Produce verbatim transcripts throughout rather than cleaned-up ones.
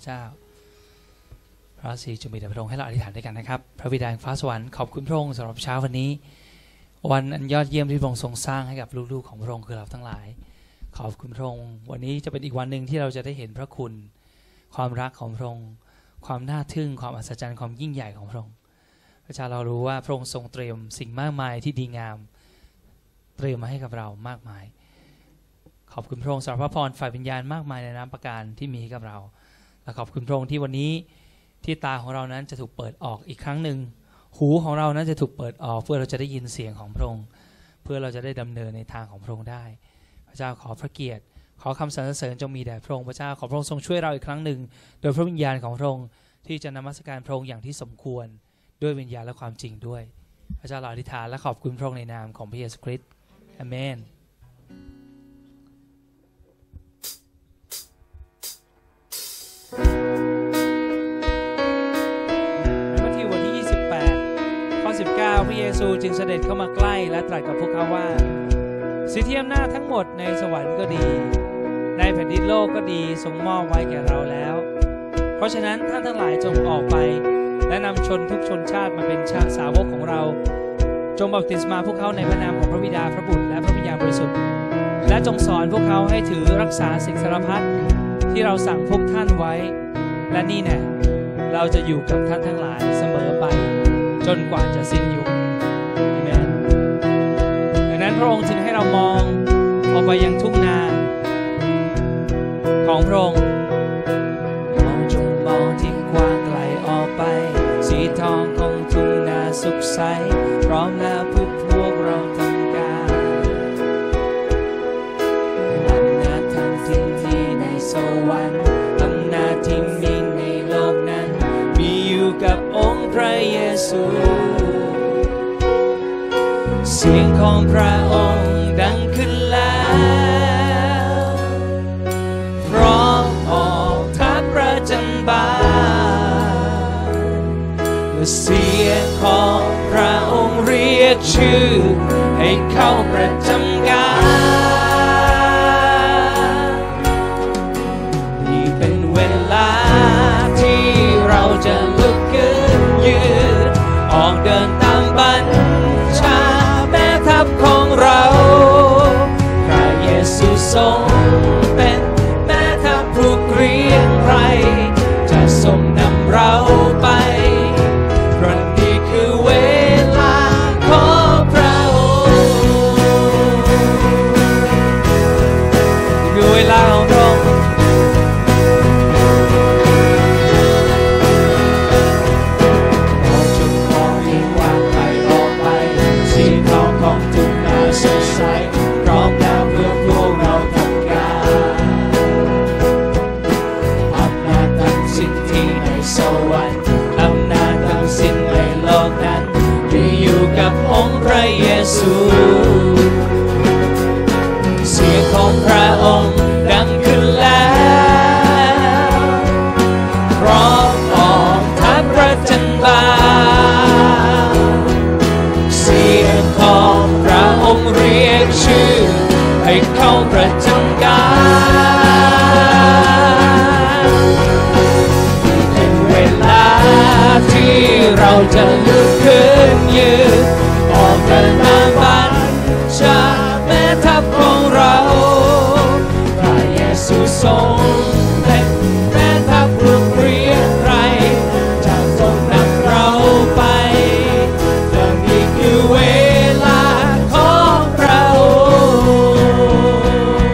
เจ้าพระสิริจงมีแด่พระองค์ให้เราอธิษฐานด้วยกันนะครับพระบิดาแห่งฟ้าสวรรค์ขอบคุณพระองค์สำหรับเช้าวันนี้วันอันยอดเยี่ยมที่พระองค์ทรงสร้างให้กับลูกๆของพระองค์คือเราทั้งหลายขอบคุณพระองค์วันนี้จะเป็นอีกวันหนึ่งที่เราจะได้เห็นพระคุณความรักของพระองค์ความน่าทึ่งความอัศจรรย์ความยิ่งใหญ่ของพระองค์พระเจ้าเรารู้ว่าพระองค์ทรงเตรียมสิ่งมากมายที่ดีงามเตรียมมาให้กับเรามากมายขอบคุณพระองค์สำหรับพระพรฝ่ายวิญญาณมากมายในน้ำประการที่มีให้กับเราและขอบคุณพระองค์ที่วันนี้ที่ตาของเรานั้นจะถูกเปิดออกอีกครั้งหนึ่งหูของเรานั้นจะถูกเปิดออกเพื่อเราจะได้ยินเสียงของพระองค์เพื่อเราจะได้ดำเนินในทางของพระองค์ได้พระเจ้าขอพระเกียรติขอคำสรรเสริญจงมีแด่พระองค์พระเจ้าขอพระองค์ทรงช่วยเราอีกครั้งหนึ่งโดยพระวิญญาณของพระองค์ที่จะนมัสการพระองค์อย่างที่สมควรด้วยวิญญาณและความจริงด้วยพระเจ้าเราอธิษฐานและขอบคุณพระองค์ในนามของพระเยซูคริสต์อาเมนมัทธิวบทที่ยี่สิบแปดข้อสิบเก้าพระเยซูจึงเสด็จเข้ามาใกล้และตรัสกับพวกเขาว่าสิทธิอำนาจทั้งหมดในสวรรค์ก็ดีในแผ่นดินโลกก็ดีทรงมอบไว้แก่เราแล้วเพราะฉะนั้นท่านทั้งหลายจงออกไปและนำชนทุกชนชาติมาเป็นชาติสาวกของเราจงบัพติศมาพวกเขาในพระนามของพระบิดาพระบุตรและพระวิญญาณบริสุทธิ์และจงสอนพวกเขาให้ถือรักษาสิ่งสารพัดที่เราสั่งพวกท่านไว้และนี่แน่เราจะอยู่กับท่านทั้งหลายเสมอไปจนกว่าจะสิ้นยุคอาเมนดังนั้นพระองค์จึงให้เรามองออกไปยังทุ่งนาของพระองค์มองจงมองที่กว้างไกลออกไปสีทองของทุ่งนาสุขใสพร้อมแล้วพวกพวกเราทำการอำนาจทั้งสิ้นที่ในสวรรค์อำนาจที่มีในโลกนั้นมีอยู่กับองค์พระเยซูเสียงของพระองค์ดังขึ้นแล้วพร้อมออกทัพประจันบานและเสียงของพระองค์เรียกชื่อให้เข้าประจำการนี่เป็นเวลาที่เราจะลุกขึ้นยืนออกเดินตามบัญชาแม่ทัพของเราพระเยซูทรงเป็นแม่ทัพผู้เกรียงไกรจะทรงนำเราไปเพราะนี่คือเวลาของพระองค์นี่คือเวลาของพระองค์พร้อมแล้วเพื่อพวกเราทำการอำนาจทั้งสิ้นที่ในสวรรค์อำนาจทั้งสิ้นในโลกนั้นมีอยู่กับองค์พระเยซูเสียงของพระองค์ดังขึ้นแล้วพร้อมออกทัพประจันบานเสียงของพระองค์เรียกชื่อให้เข้าประจำการเป็นเวลาที่เราจะลุกขึ้นยืนออกเดินตามบัญชาแม่ทัพของเราพระเยซูทรงเป็นแม่ทัพผู้เกรียงไกรจะทรงนำเราไปและนี่คือเวลาของพระองค์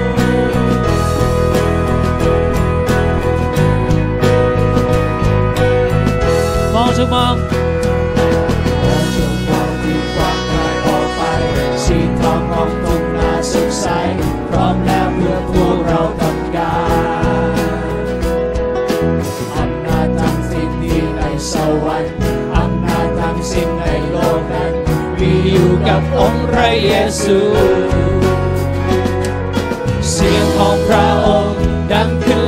มองจงมองมองจงมองที่กว้างไกลออกไปสีทองของทุ่งนาสุขใสพร้อมแล้วเพื่อพวกเราทำการอำนาจทั้งสิ้นที่ในสวรรค์อำนาจทั้งสิ้นในโลกนั้นมีอยู่กับองค์พระเยซูเสียงของพระองค์ดังขึ้น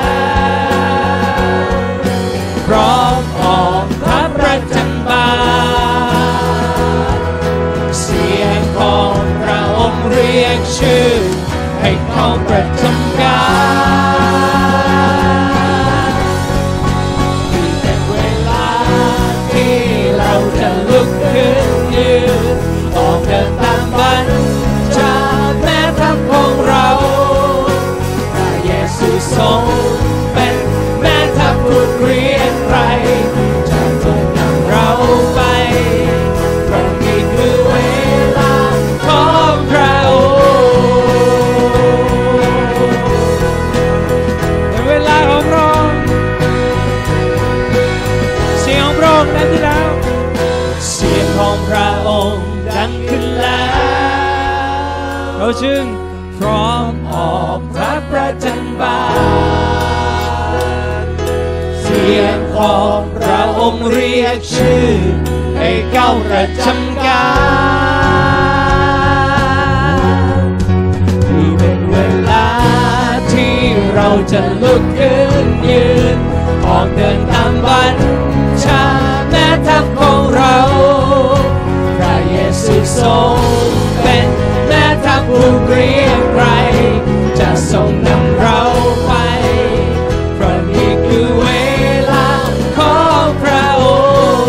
แล้วพร้อมออกทัพประจันบานเสียงของพระองค์เรียกชื่อให้เข้าประจำการแล้วเราจึงพร้อมออกทัพประจันบานเสียงของพระองค์เรียกชื่อให้ก้าวประจำการนี่เป็นเวลาที่เราจะลุกขึ้นยืนออกเดินตามบัญชาแม่ทัพของเราพระเยซูทรงเป็นแม่ทัพผู้เกรียงไกรจะทรงนำเราไปเพราะนี่คือเวลาของพระอง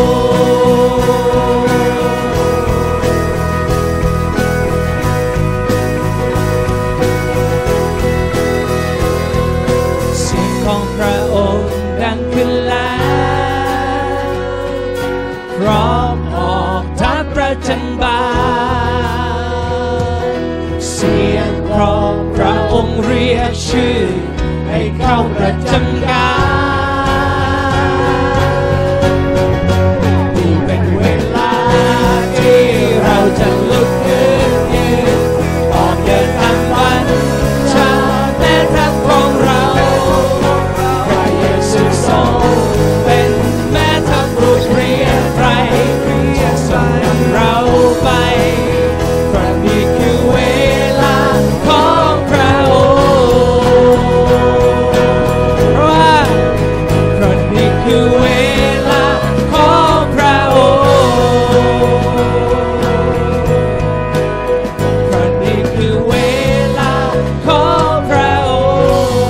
ค์เสียงของพระองค์ดังขึ้นแล้วพร้อมออกทัพประจันบานเสียงของพระองค์เรียกชื่อให้เข้าประจำการนี่เป็นเวลาที่เราจะลุกขึ้นยืนออกเดินทางบัญชาแม่ทัพของเราพระเยซูทรงเป็นแม่ทัพผู้เกรียงไกรจะทรงนำเราไปเพราะนี่คือเวลาของพระองค์เพราะว่าเพราะนี่คือเวลาของพระองค์เพราะนี่คือเวลาของพระองค์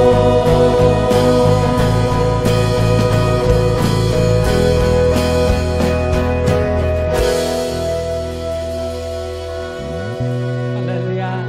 ฮาเลลูยา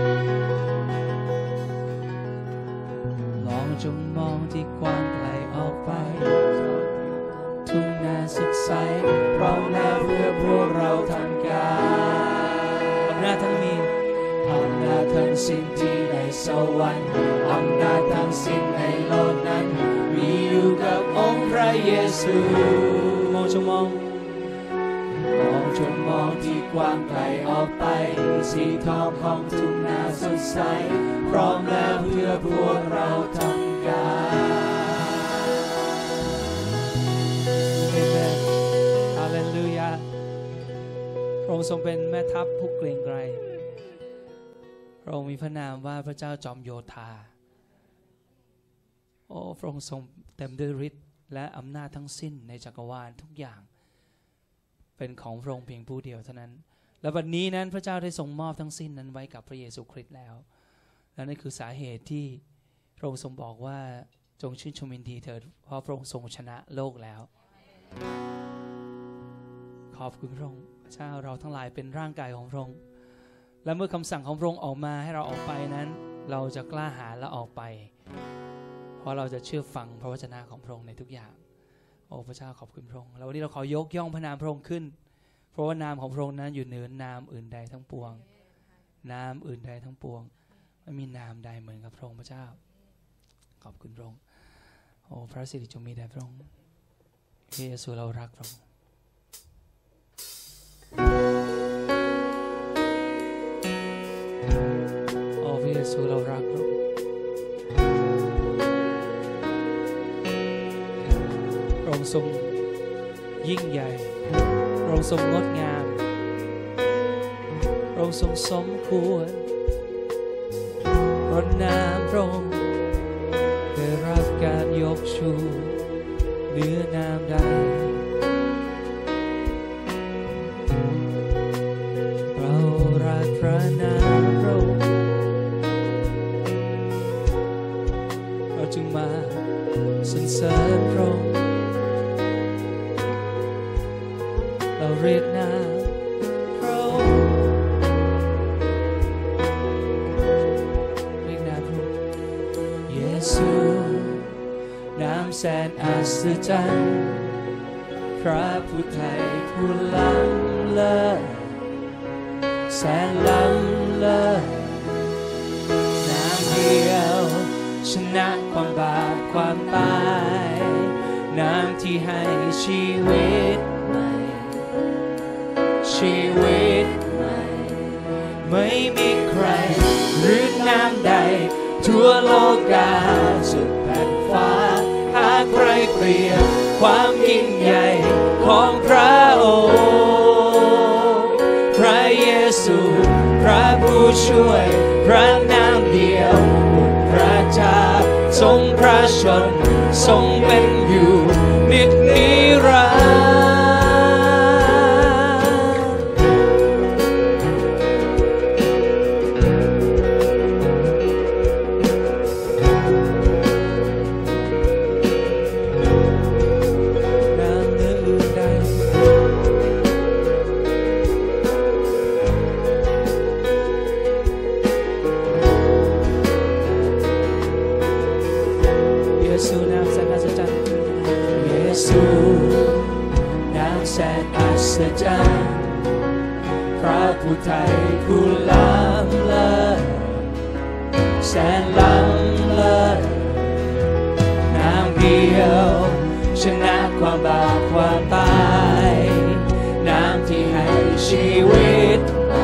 ลองจงมองที่กว้างไกลออกไปทุ่งนาสดใสพร้อมแล้วเพื่อพวกเราทำการอำนาจทั้งมีอำนาจทั้งสิ้นที่ในสวรรค์อำนาจทั้งสิ้นในโลกนั้นมีอยู่กับองค์พระเยซูมองจงมองมองจงมองที่กว้างไกลออกไปสีทองของทุ่งนาสดใสพร้อมแล้วเพื่อพวกเราทำการเอเมนฮาเลลูยาพระองค์ทรงเป็นแม่ทัพผู้เกรียงไกรพระองค์มีพระนามว่าพระเจ้าจอมโยธาโอ้พระองค์ทรงเต็มด้วยฤทธิ์และอำนาจทั้งสิ้นในจักรวาลทุกอย่างเป็นของพระองค์เพียงผู้เดียวเท่านั้นและวันนี้นั้นพระเจ้าได้ทรงมอบทั้งสิ้นนั้นไว้กับพระเยซูคริสต์แล้วและนั่นคือสาเหตุที่พระองค์ทรงบอกว่าจงชื่นชมยินดีเถิดเพราะพระองค์ทรงชนะโลกแล้วขอบคุณพระองค์พระเจ้าเราทั้งหลายเป็นร่างกายของพระองค์และเมื่อคำสั่งของพระองค์ออกมาให้เราออกไปนั้นเราจะกล้าหาญและออกไปเพราะเราจะเชื่อฟังพระวจนะของพระองค์ในทุกอย่างโอ้พระเจ้าขอบคุณพระองค์แล้ววันนี้เราขอยกย่องพระนามพระองค์ขึ้นเพราะว่านามของพระองค์นั้นอยู่เหนือนามอื่นใดทั้งปวงนามอื่นใดทั้งปวงไม่มีนามใดเหมือนกับพระองค์พระเจ้าขอบคุณพระองค์โอ้พระสิริจงมีแด่พระองค์พระเยซูเรารักพระองค์โอ้พระเยซูเรารักพระองค์พระองค์ทรงยิ่งใหญ่พระองค์ทรงงดงามพระองค์ทรงสมควรเพราะนามพระองค์ได้รับการยกชูเหนือนามใดเรารักพระนามพระองค์เราจึงมาสรรเสริญพระองค์เราเรียกนามพระองค์เรียกนามพระองค์เยซูนามแสนอัศจรรย์พระผู้ไถ่ผู้ล้ำเลิศแสนล้ำเลิศนามเดียวชนะความบาปความตายนามที่ให้ชีวิตใหม่ชีวิตใหม่กาสุดแผ่นฟ้าหาใครเปรียบความยิ่งใหญ่ของพระองค์พระเยซูพระผู้ช่วยพระนามเดียวบุตรพระเจ้าทรงพระชนทรงเป็นอยู่นิจนิรันดร์พระผู้ไทยผู้ล้ำเลิศแสนล้ำเลิศน้ำเดียวชนะความบาปความตายน้ำที่ให้ชีวิตใหม่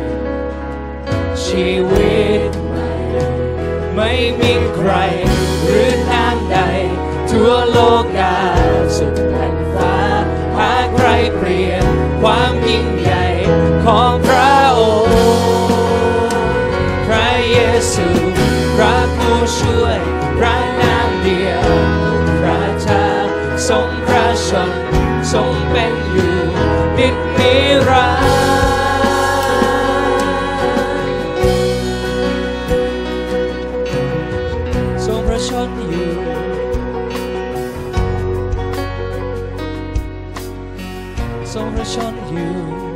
ชีวิตใหม่ไม่มีใครหรือน้ำใดทั่วโลกาสุดแผ่นฟ้าหาใครเปรียบความยิ่งใหญ่ของพระองค์พระเยซูพระผู้ช่วยพระนามเดียวพระเจ้าทรงพระชนทรงเป็นอยู่นิจนิรันดร์ทรงพระชนอยู่ทรงพระชนอยู่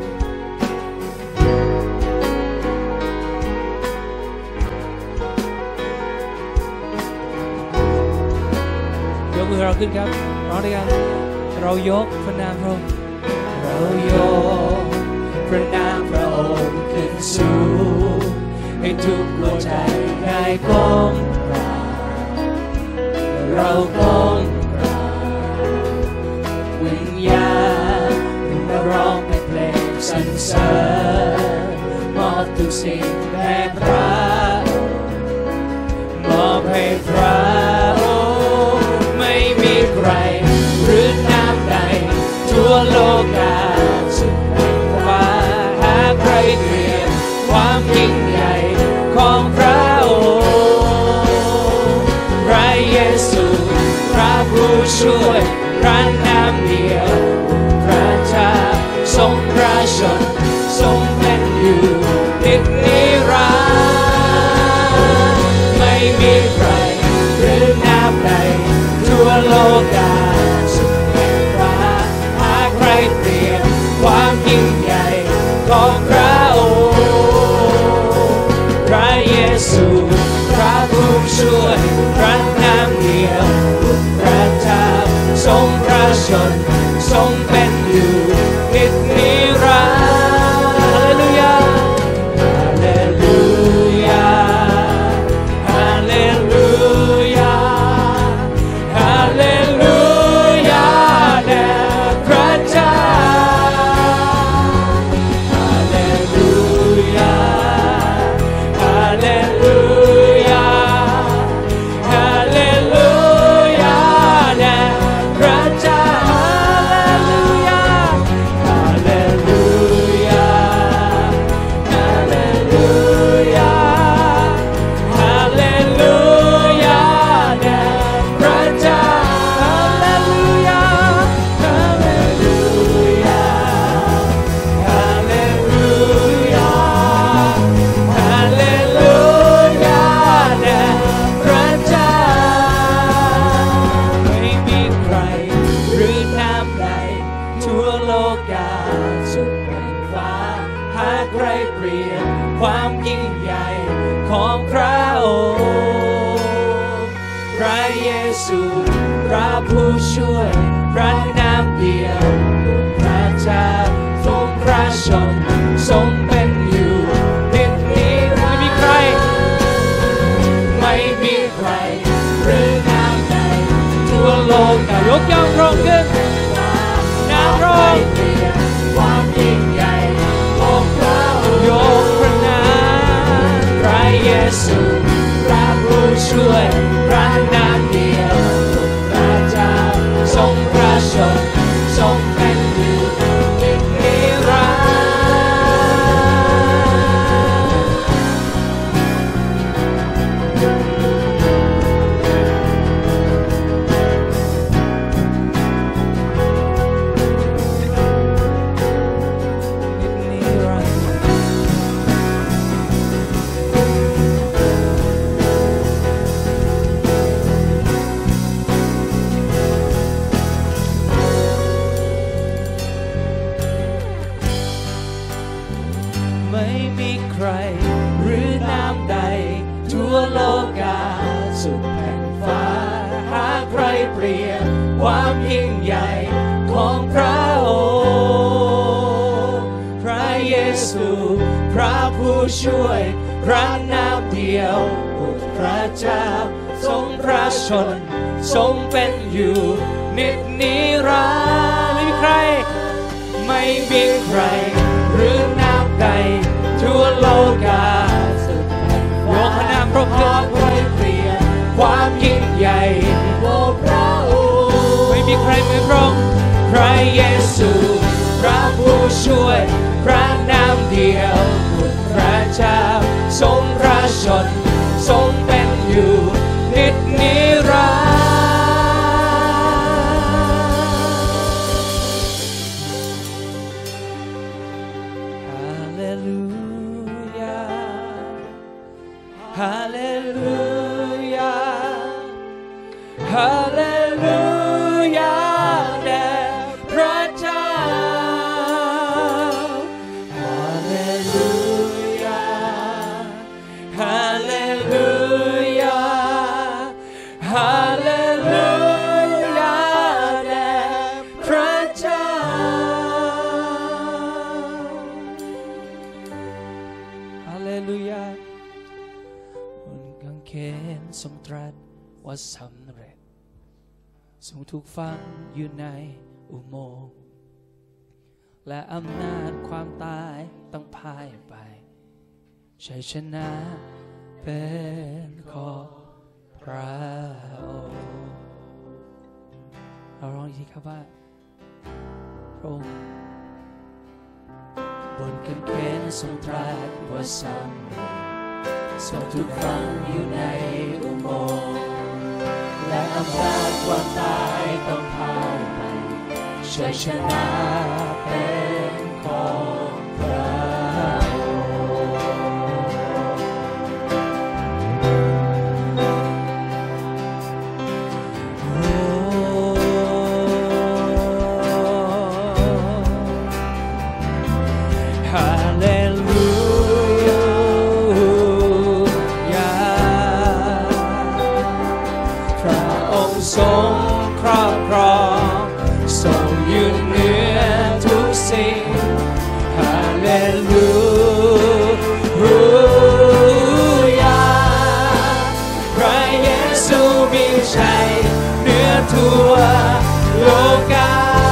ยกมือเราขึ้นครับร้องด้วยกันเรายกพระนามพระองค์เรายกพระนามพระองค์ขึ้นสูงให้ทุกดวงใจได้ก้มกราบเราก้มกราบวิญญาณร้องเป็นเพลงสรรเสริญมอบทุกสิ่งให้พระองค์มอบให้พระองค์ไม่มีใครหรือน้ำใดทั่วโลกาสุดแผ่นฟ้าหาใครเปรียบความยิ่งใหญ่ของพระองค์พระเยซูพระผู้ช่วยพระนามเดียวพระเจ้าทรงพระชนทรงเป็นอยู่นิจนิรันดร์ไม่มีใครหรือน้ำใดทั่วโลกาสุดแผ่นฟ้าหาใครเปรียบความยิ่งใหญ่ของพระองค์พระเยซูพระผู้ช่วยพระนามเดียวพระเจ้าทรงพระชนทรงเป็นอยู่นิจนิรันดร์ฮาเลลูยาฮาเลลูยาฮาเลลูยาแด่พระเจ้าฮาเลลูยาฮาเลลูยาฮาเลลูยาแด่พระเจ้าความยิ่งใหญ่ของพระองค์พระเยซูพระผู้ช่วยพระนามเดียวพระเจ้าทรงพระชนทรงเป็นอยู่นิจนิรันดร์ไม่มีใครไม่มีใครหรือน้ำใดทั่วโลกยกย่องพระองค์ขึ้นน้ำพระองค์ความยิ่งใหญ่ของพระองค์ยกพระนามพระเยซูพระผู้ช่วยไม่มีใครหรือน้ำใดทั่วโลกาสุดแผ่นฟ้าหาใครเปรียบความยิ่งใหญ่ของพระองค์พระเยซูพระผู้ช่วยพระนามเดียวบุตรพระเจ้าทรงพระชนทรงเป็นอยู่นิจนิรันดร์ไม่มีใครไม่มีใครหรือน้ำใดทั่วโลกาสุดแผ่นฟ้าโยกพระนามพระองค์เปลี่ยนความยิ่งใหญ่โอ้พระองค์ไม่มีใครเหมือนพระองค์พระเยซูพระผู้ช่วยพระนามเดียวบุตรพระเจ้าทรงพระชนทรงเป็นอยู่นิจนิรันดร์ฮาเลลูยาฮาเลลูยาฮาเลลูยาแด่พระเจ้าฮาเลลูยาฮาเลลูยาฮาเลลูยาแด่พระเจ้าฮาเลลูยาบนกางเขนทรงตรัสว่าสำเร็จทรงถูกฝังอยู่ในอุโมงค์และอำนาจความตายต้องพ่ายไปชัยชนะเป็นของพระองค์เราร้องอีกทีครับว่าพระองค์บนกางเขนทรงตรัสว่าสำเร็จทรงถูกฝังอยู่ในอุโมงค์และอำนาจความตายต้องพ่ายไปชัยชนะเป็นของพระฮาเลลูยาพระองค์ทรงครอบครองทรงยืนเหนือทุกสิ่งฮาเลลูยาพระเยซูมีชัยเหนือทั่วโลกา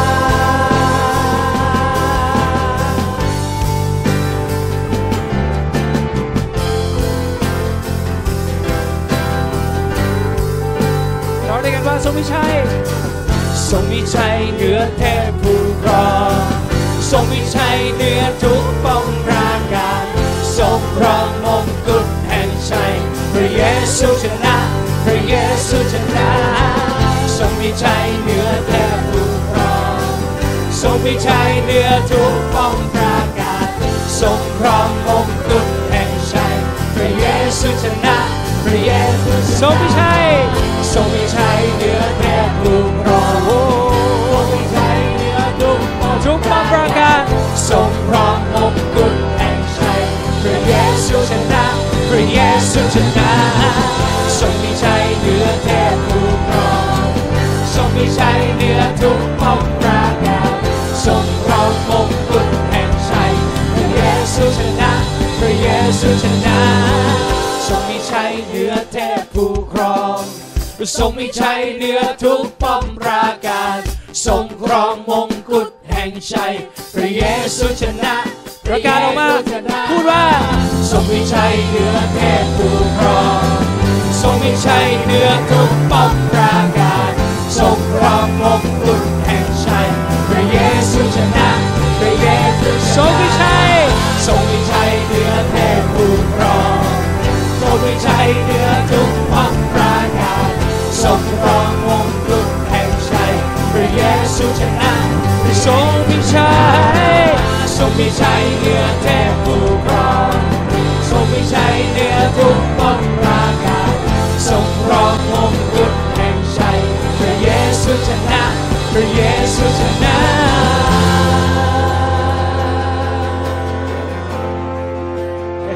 เราได้กันว่าทรงมีชัยทรงมีชัยเหนือเทพผู้ครองทรงมีชัยเหนือทุกป้องปราการทรงครองมงกุฎแห่งชัยพระเยซูชนะพระเยซูชนะทรงมีชัยเหนือเทพผู้ครองทรงมีชัยเหนือทุกป้องปราการทรงครองมงกุฎแห่งชัยพระเยซูชนะพระเยซูทรงมีชัยทรงมีชัยเหนือเทพผู้ครองทรงมีชัยเหนือทุกป้องปราการทรงครองมงกุฎแห่งชัยพระเยซูชนะพระเยซูชนะทรงมีชัยเหนือเทพผู้ครองทรงมีชัยเหนือทุกป้องปราการทรงครองมงกุฎแห่งชัยพระเยซูชนะพระเยซูชนะทรงมีชัยเหนือเทพผู้ครองทรงมีชัยเหนือทุกป้อมปราการทรงครองมงกุฎแห่งชัยพระเยซูชนะประกาศออกมาพูดว่าทรงมีชัยเหนือเทพผู้ครองทรงมีชัยเหนือทุกป้อมปราการทรงครองมงกุฎแห่งชัยพระเยซูชนะพระเยซูทรงมีชัยทรงมีชัยเหนือเทพผู้ครองทรงมีชัยเหนือทุกป้อมปราการทรงครองมงกุฎแห่งชัยพระเยซูชนะทรงมีชัยทรงมีชัยเหนือเทพผู้ครองทรงมีชัยเหนือทุกป้อมปราการทรงครองมงกุฎแห่งชัยพระเยซูชนะพระเยซูชนะ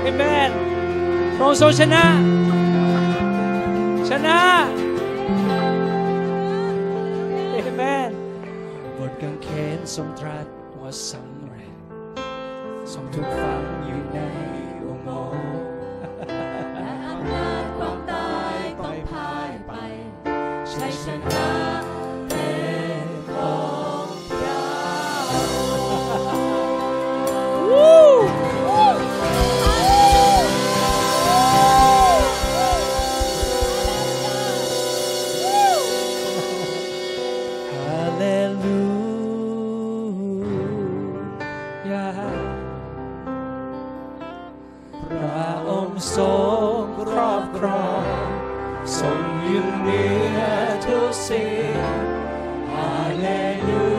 เอเมนพระองค์ทรงชนะชนะเอเมนบนกางเขนทรงตรัสว่าสำเร็จทรงถูกฝังอยู่ในอุโมงค์และอำนาจความตายต้องพ่ายไปชัยชนะเป็นของเราพระองค์ทรงครอบครองทรงอยู่เหนือทุกสิ่งฮาเลลู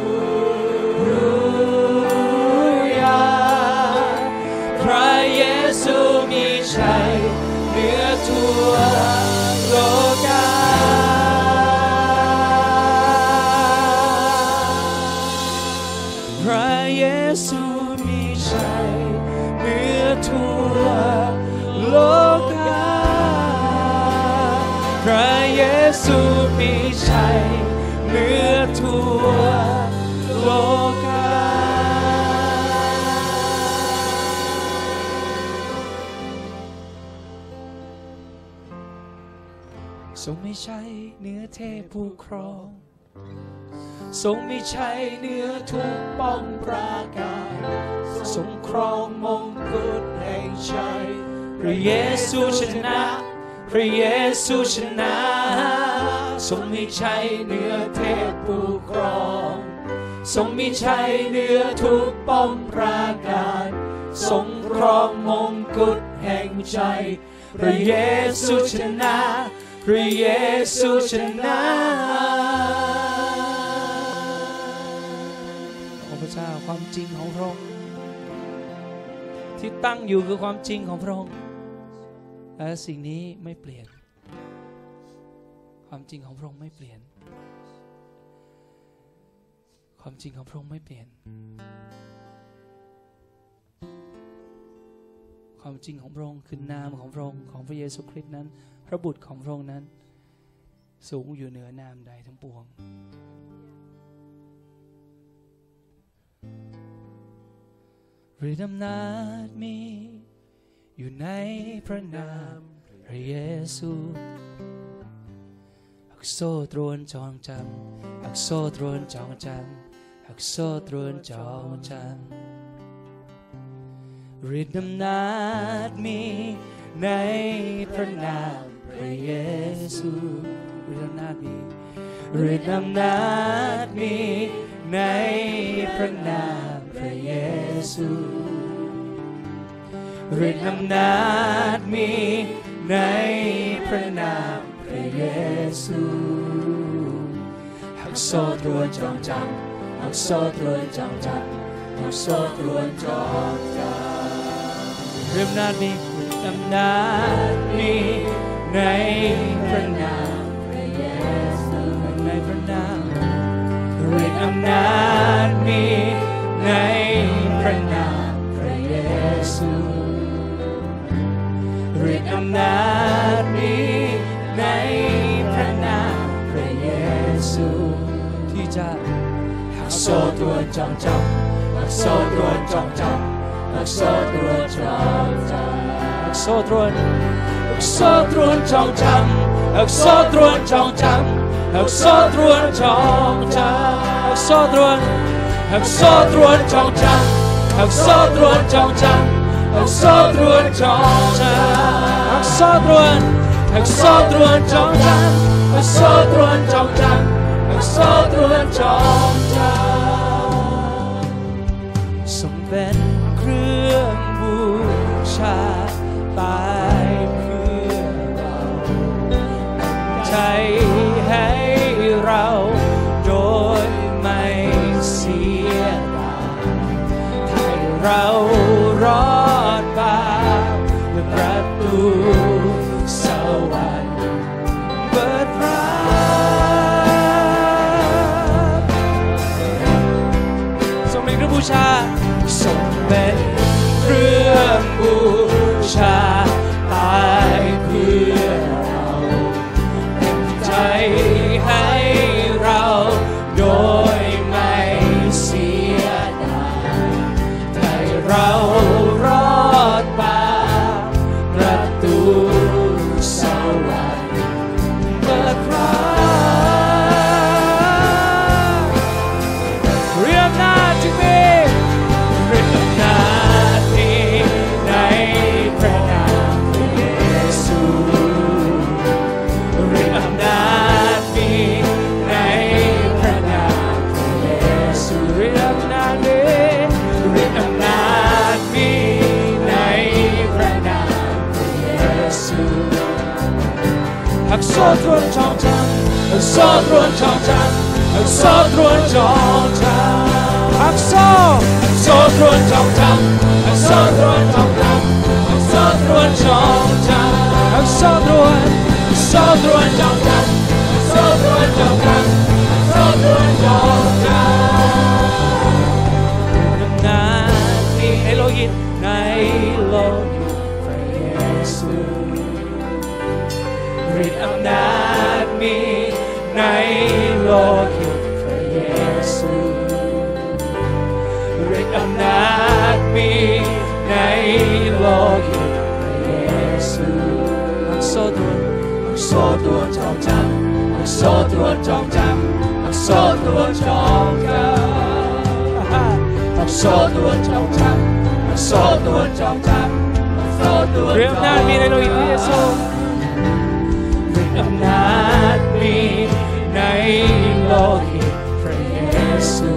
ยาพระเยซูมีชัยเหนือทั่วโลกาพระเยซูมีชัยเหนือทั่วโลกาพระเยซูมีชัยเหนือทั่วโลกาทรงมีชัยเหนือเทพผู้ครองทรงมีชัยเหนือทุกป้อมปราการทรงครองมงกุฎแห่งชัยพระเยซูชนะพระเยซูชนะทรงมีชัยเหนือเทพผู้ครองทรงมีชัยเหนือทุกป้อมปราการทรงครองมงกุฎแห่งชัยพระเยซูชนะพระเยซูชนะพระเจ้าความจริงของพระองค์ที่ตั้งอยู่คือความจริงของพระองค์และสิ่งนี้ไม่เปลี่ยนความจริงของพระองค์ไม่เปลี่ยนความจริงของพระองค์ไม่เปลี่ยนความจริงของพระองค์คือนามของพระองค์ของพระเยซูคริสต์นั้นพระบุตรของพระองค์นั้นสูงอยู่เหนือนามใดทั้งปวงฤทธิ์อำนาจมีอยู่ในพระนามพระเยซูอักโซตรวนจองจำอักโซตรวนจองจำอักโซตรวนจองจำฤทธิ์อำนาจมีในพระนามพระเยซูฤทธิ์อำนาจมีฤทธิ์อำนาจมีในพระนามพระเยซูฤทธิ์อำนาจมีในพระนามพระเยซูหักโซ่ตรวนจองจำหักโซ่ตรวนจองจำหักโซ่ตรวนจองจำฤทธิ์อำนาจมีฤทธิ์อำนาจมีในพระนามพระเยซูในพระนามฤทธิ์อำนาจมีในพระนามพระเยซูฤทธิ์อำนาจมีในพระนามพระเยซูที่จะหักโซ่ตรวนจองจำหักโซ่ตรวนจองจำหักโซ่ตรวนจองจำหักโซ่ตรวนหักโซ่ตรวนจองจำหักโซ่ตรวนจองจำหักโซ่ตรวนจองจำหักโซ่ตรวนหักโซ่ตรวนจองจำหักโซ่ตรวนจองจำหักโซ่ตรวนจองจำหักโซ่ตรวนหักโซ่ตรวนจองจำหักโซ่ตรวนจองจำหักโซ่ตรวนจองจำทรงเป็นเครื่องบูชาตายเพื่อเราใจให้เราโดยไม่เสียดายให้เรารอดบาปและประตูสวรรค์เปิดรับ ak so truan trong trăng ak so truan trong trăng ak so truan trong trăng ak so ak so truan trong trăng ak so truan trong trăng ak so truan trong trăng ak so truan ak so truan trong trăng ak so truan trong trăng ak so truan trong trăngนั้นมีในโลหิตในโลหิตพระเยซูฤทธิ์อำนาจมีในโลหิตพระเยซูฤทธิ์อำนาจมีในโลหิตพระเยซูอักโซตัวอักโซตัวจอมจำอักโซตัวจอมจำอักโซตัวจอมจำอักโซตัวจอมจำอักโซตัวจอมจำอักโซตัวเรื่องอำนาจมีในโลหิตพระเยซูอำนาจมีในโลหิตพระเยซู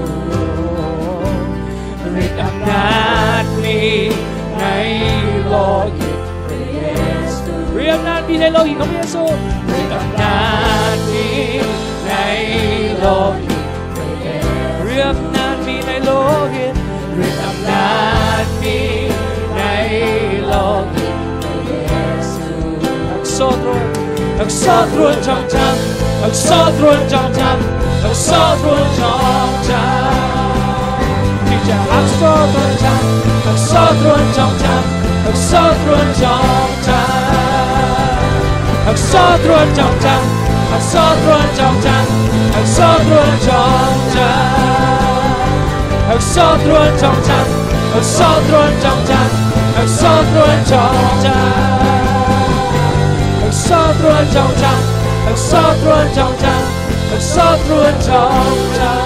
ฤทธิ์อำนาจมีในโลหิตพระเยซูฤทธิ์อำนาจมีในโลหิตของพระเยซูฤทธิ์อำนาจมีในโลหิตพระเยซูฤทธิ์อำนาจมีในโลหิตฤทธิ์อำนาจมีในโลหิตพระเยซูอักโซโตอักษรรวนจองจำอักษรรวนจองจำอักษรรวนจองจำที่จะอักษรรวนจำอักษรรวนจองจำอักษรรวนจองจำอักษรรวนจองจำอักษรรวนจองจำอักษรรวนจองจำอักษรรวนจองจำอักษรรวนจองจำอักษรรวนจองจำอักษรรวนจองจำอักษรรวนจองจำอักษรรวนจองจำ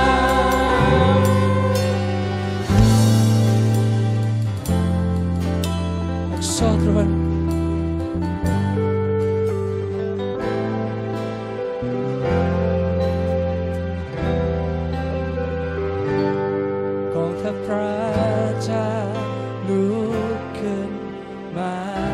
อักษรรวนกองทัพพระเจ้าลุกขึ้นมา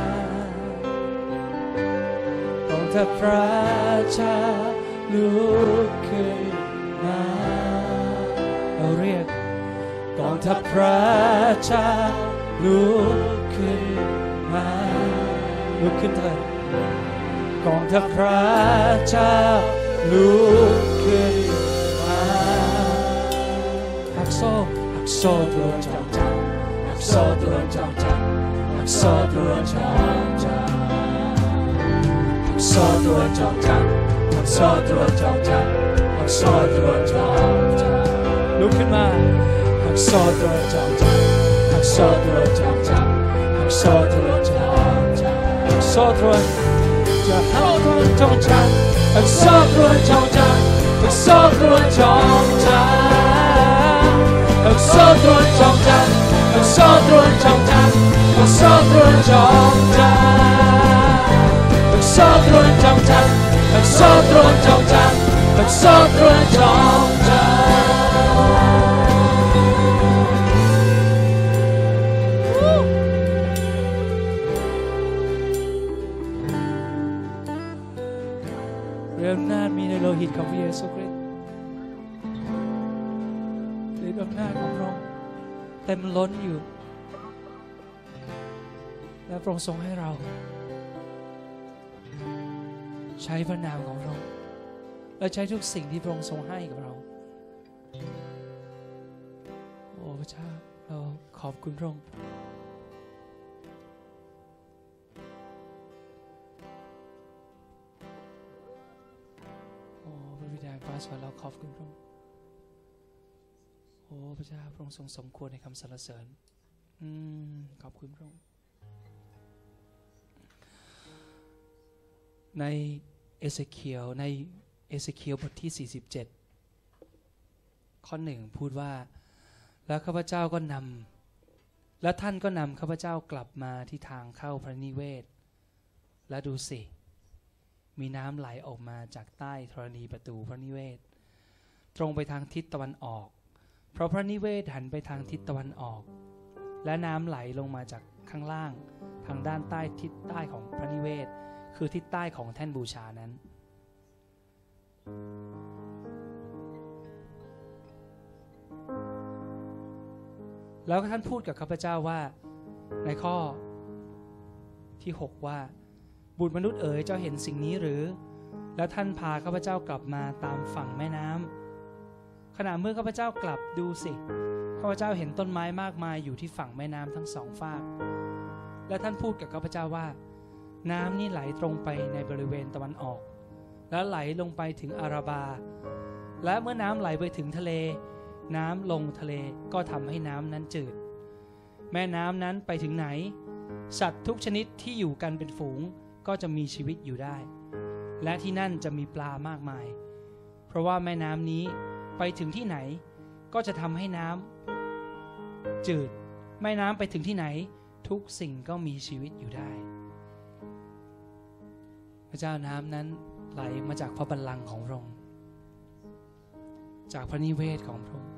ถ้าพระเจ้าลุกขึ้นมาเราเรียกกองทัพพระเจ้าลุกขึ้นมาลุกขึ้นเถิดกองทัพพระเจ้าลุกขึ้นมาอักโซอักโซตัวจอมจำอักโซตัวจอมจำอักโซตัวจอมจำอักษรตัวจองจำอักษรตัวจองจำอักษรตัวจองจำลุกขึ้นมาอักษรตัวจองจำอักษรตัวจองจำอักษรตัวจองจำอักษรตัวจะหาตัวจองจำอักษรตัวจองจำอักษรตัวจองจำอักษรตัวจองจำอักษรตัวจองจำอักษรตัวจองจำอักษรรวนจองจำอักษรรวนจองจำอักษรรวนจองจำเรื่องอำนาจมีในโลหิตของพระเยซูคริสต์ฤทธิ์อำนาจของพระองค์เต็มล้นอยู่และพระองค์ทรงให้เราใช้พระนามของพระองค์และใช้ทุกสิ่งที่พระองค์ทรงให้กับเราโอ้พระเจ้าเราขอบคุณพระองค์โอ้พระบิดาฟ้าสวรรค์เราขอบคุณพระองค์โอ้พระเจ้าพระองค์ทรงสมควรในคำสรรเสริญอืมขอบคุณพระองค์ในเอเสเคียลในเอเสเคียลบทที่สี่สิบเจ็ดข้อหนึ่งพูดว่าแล้วข้าพเจ้าก็นำและท่านก็นำข้าพเจ้ากลับมาที่ทางเข้าพระนิเวศและดูสิมีน้ำไหลออกมาจากใต้ธรณีประตูพระนิเวศตรงไปทางทิศตะวันออกเพราะพระนิเวศหันไปทางทิศตะวันออกและน้ำไหลลงมาจากข้างล่างทางด้านใต้ทิศใต้ของพระนิเวศคือทิศใต้ของแท่นบูชานั้นแล้วท่านพูดกับข้าพเจ้าว่าในข้อที่หกว่าบุตรมนุษย์เอ๋ยเจ้าเห็นสิ่งนี้หรือแล้วท่านพาข้าพเจ้ากลับมาตามฝั่งแม่น้ำขณะเมื่อข้าพเจ้ากลับดูสิข้าพเจ้าเห็นต้นไม้มากมายอยู่ที่ฝั่งแม่น้ำทั้งสองฝากและท่านพูดกับข้าพเจ้าว่าน้ำนี่ไหลตรงไปในบริเวณตะวันออกและไหลลงไปถึงอาราบาและเมื่อน้ำไหลไปถึงทะเลน้ำลงทะเลก็ทำให้น้ำนั้นจืดแม่น้ำนั้นไปถึงไหนสัตว์ทุกชนิดที่อยู่กันเป็นฝูงก็จะมีชีวิตอยู่ได้และที่นั่นจะมีปลามากมายเพราะว่าแม่น้ำนี้ไปถึงที่ไหนก็จะทำให้น้ำจืดแม่น้ำไปถึงที่ไหนทุกสิ่งก็มีชีวิตอยู่ได้พระเจ้าน้ำนั้นไหลมาจากพระบัลลังก์ของพระองค์จากพระนิเวศของพระองค์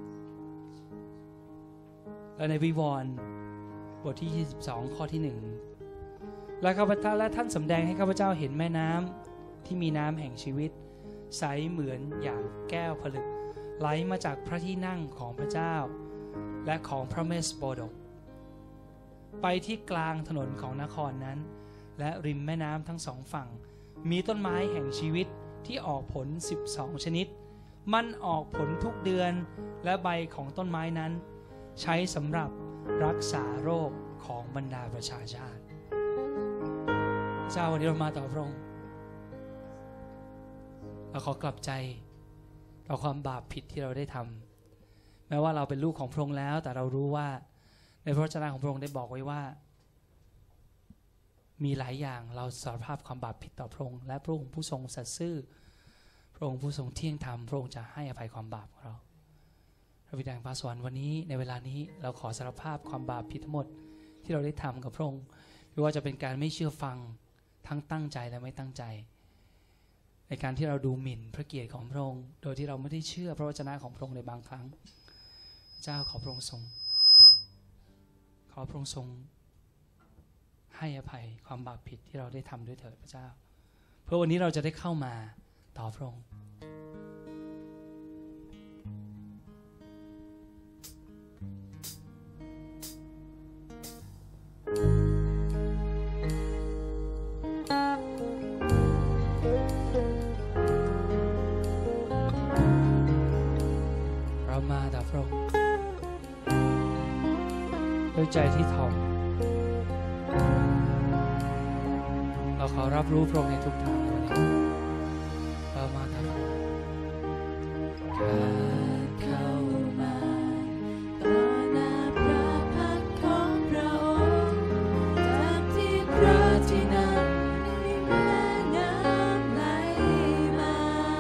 และในวิวรณ์บทที่ยี่สิบสองข้อที่หนึ่งและข้าพเจ้าและท่านสำแดงให้ข้าพเจ้าเห็นแม่น้ำที่มีน้ำแห่งชีวิตใสเหมือนอย่างแก้วผลึกไหลมาจากพระที่นั่งของพระเจ้าและของพระเมสโบดกไปที่กลางถนนของนครนั้นและริมแม่น้ำทั้งสองฝั่งมีต้นไม้แห่งชีวิตที่ออกผลสิบสองชนิดมันออกผลทุกเดือนและใบของต้นไม้นั้นใช้สำหรับรักษาโรคของบรรดาประชาชาติเจ้าวันนี้เรามาต่อพระองค์เราขอกลับใจต่อความบาปผิดที่เราได้ทำแม้ว่าเราเป็นลูกของพระองค์แล้วแต่เรารู้ว่าในพระวจนะของพระองค์ได้บอกไว้ว่ามีหลายอย่างเราสารภาพความบาปผิดต่อพระองค์และพระองค์ผู้ทรงสัตย์ซื่อพระองค์ผู้ทรงเที่ยงธรรมพระองค์จะให้อภัยความบาปของเราพระบิดาฟ้าสวรรค์วันนี้ในเวลานี้เราขอสารภาพความบาปผิดทั้งหมดที่เราได้ทำกับพระองค์ไม่ว่าจะเป็นการไม่เชื่อฟังทั้งตั้งใจและไม่ตั้งใจในการที่เราดูหมิ่นพระเกียรติของพระองค์โดยที่เราไม่ได้เชื่อพระวจนะของพระองค์ในบางครั้งเจ้าขอพระองค์ทรงขอพระองค์ทรงให้อภัยความบาปผิดที่เราได้ทำด้วยเถิดพระเจ้าเพื่อวันนี้เราจะได้เข้ามาต่อพระองค์เรามาต่อพระองค์ด้วยใจที่ถ่อมเราขอรับรู้พระองค์ในทุกทางในวันนี้เรามาต่อพระองค์เข้ามาต่อหน้าพระพักตร์ของพระองค์ตามที่พระที่นั่งมีแม่น้ำไหลมา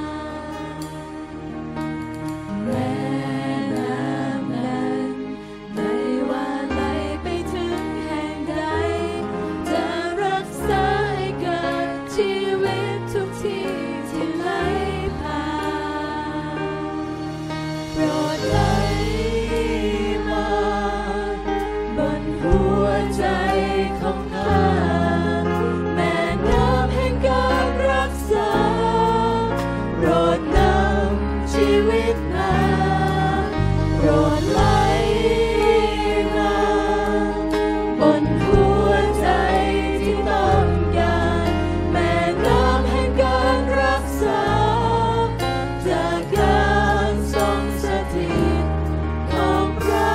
แม่น้ำนั้นไม่ว่าไหลไปถึงแห่งใดจะรักษาให้เกิดชีวิตทุกที่ที่ไหลผ่านโปรดไหลมาบนหัวใจของข้าแม่น้ำแห่งการรักษาโปรดนำชีวิตมาโปรดไหลมาบนหัวใจที่ต้องการแม่น้ำแห่งการรักษาจากการทรงสถิตของพระ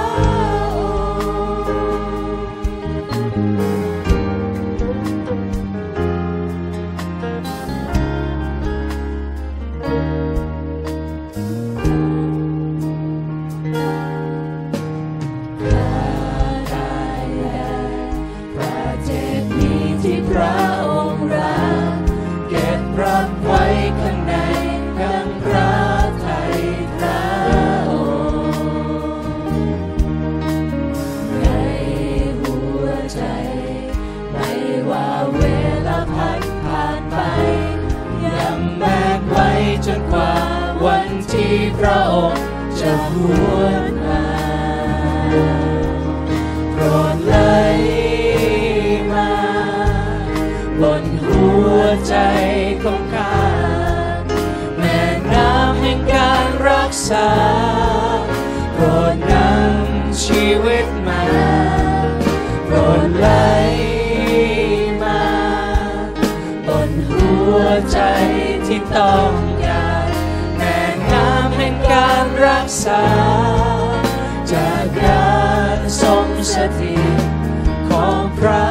ประเทศนี้ที่พระองค์รักเก็บรับไว้ข้างในดังพระทัยพระองค์ในหัวใจไม่ว่าเวลาผ่านผ่านไปยังแบกไว้จนกว่าวันที่พระองค์จะหวนมาโปรดไหลมาบนหัษาโปรดนำชีวิตมาโปรดไหลมาบนหัวใจที่ต้องการแม่น้ำแห่งการรักษาจากการทรงสถิตของพระ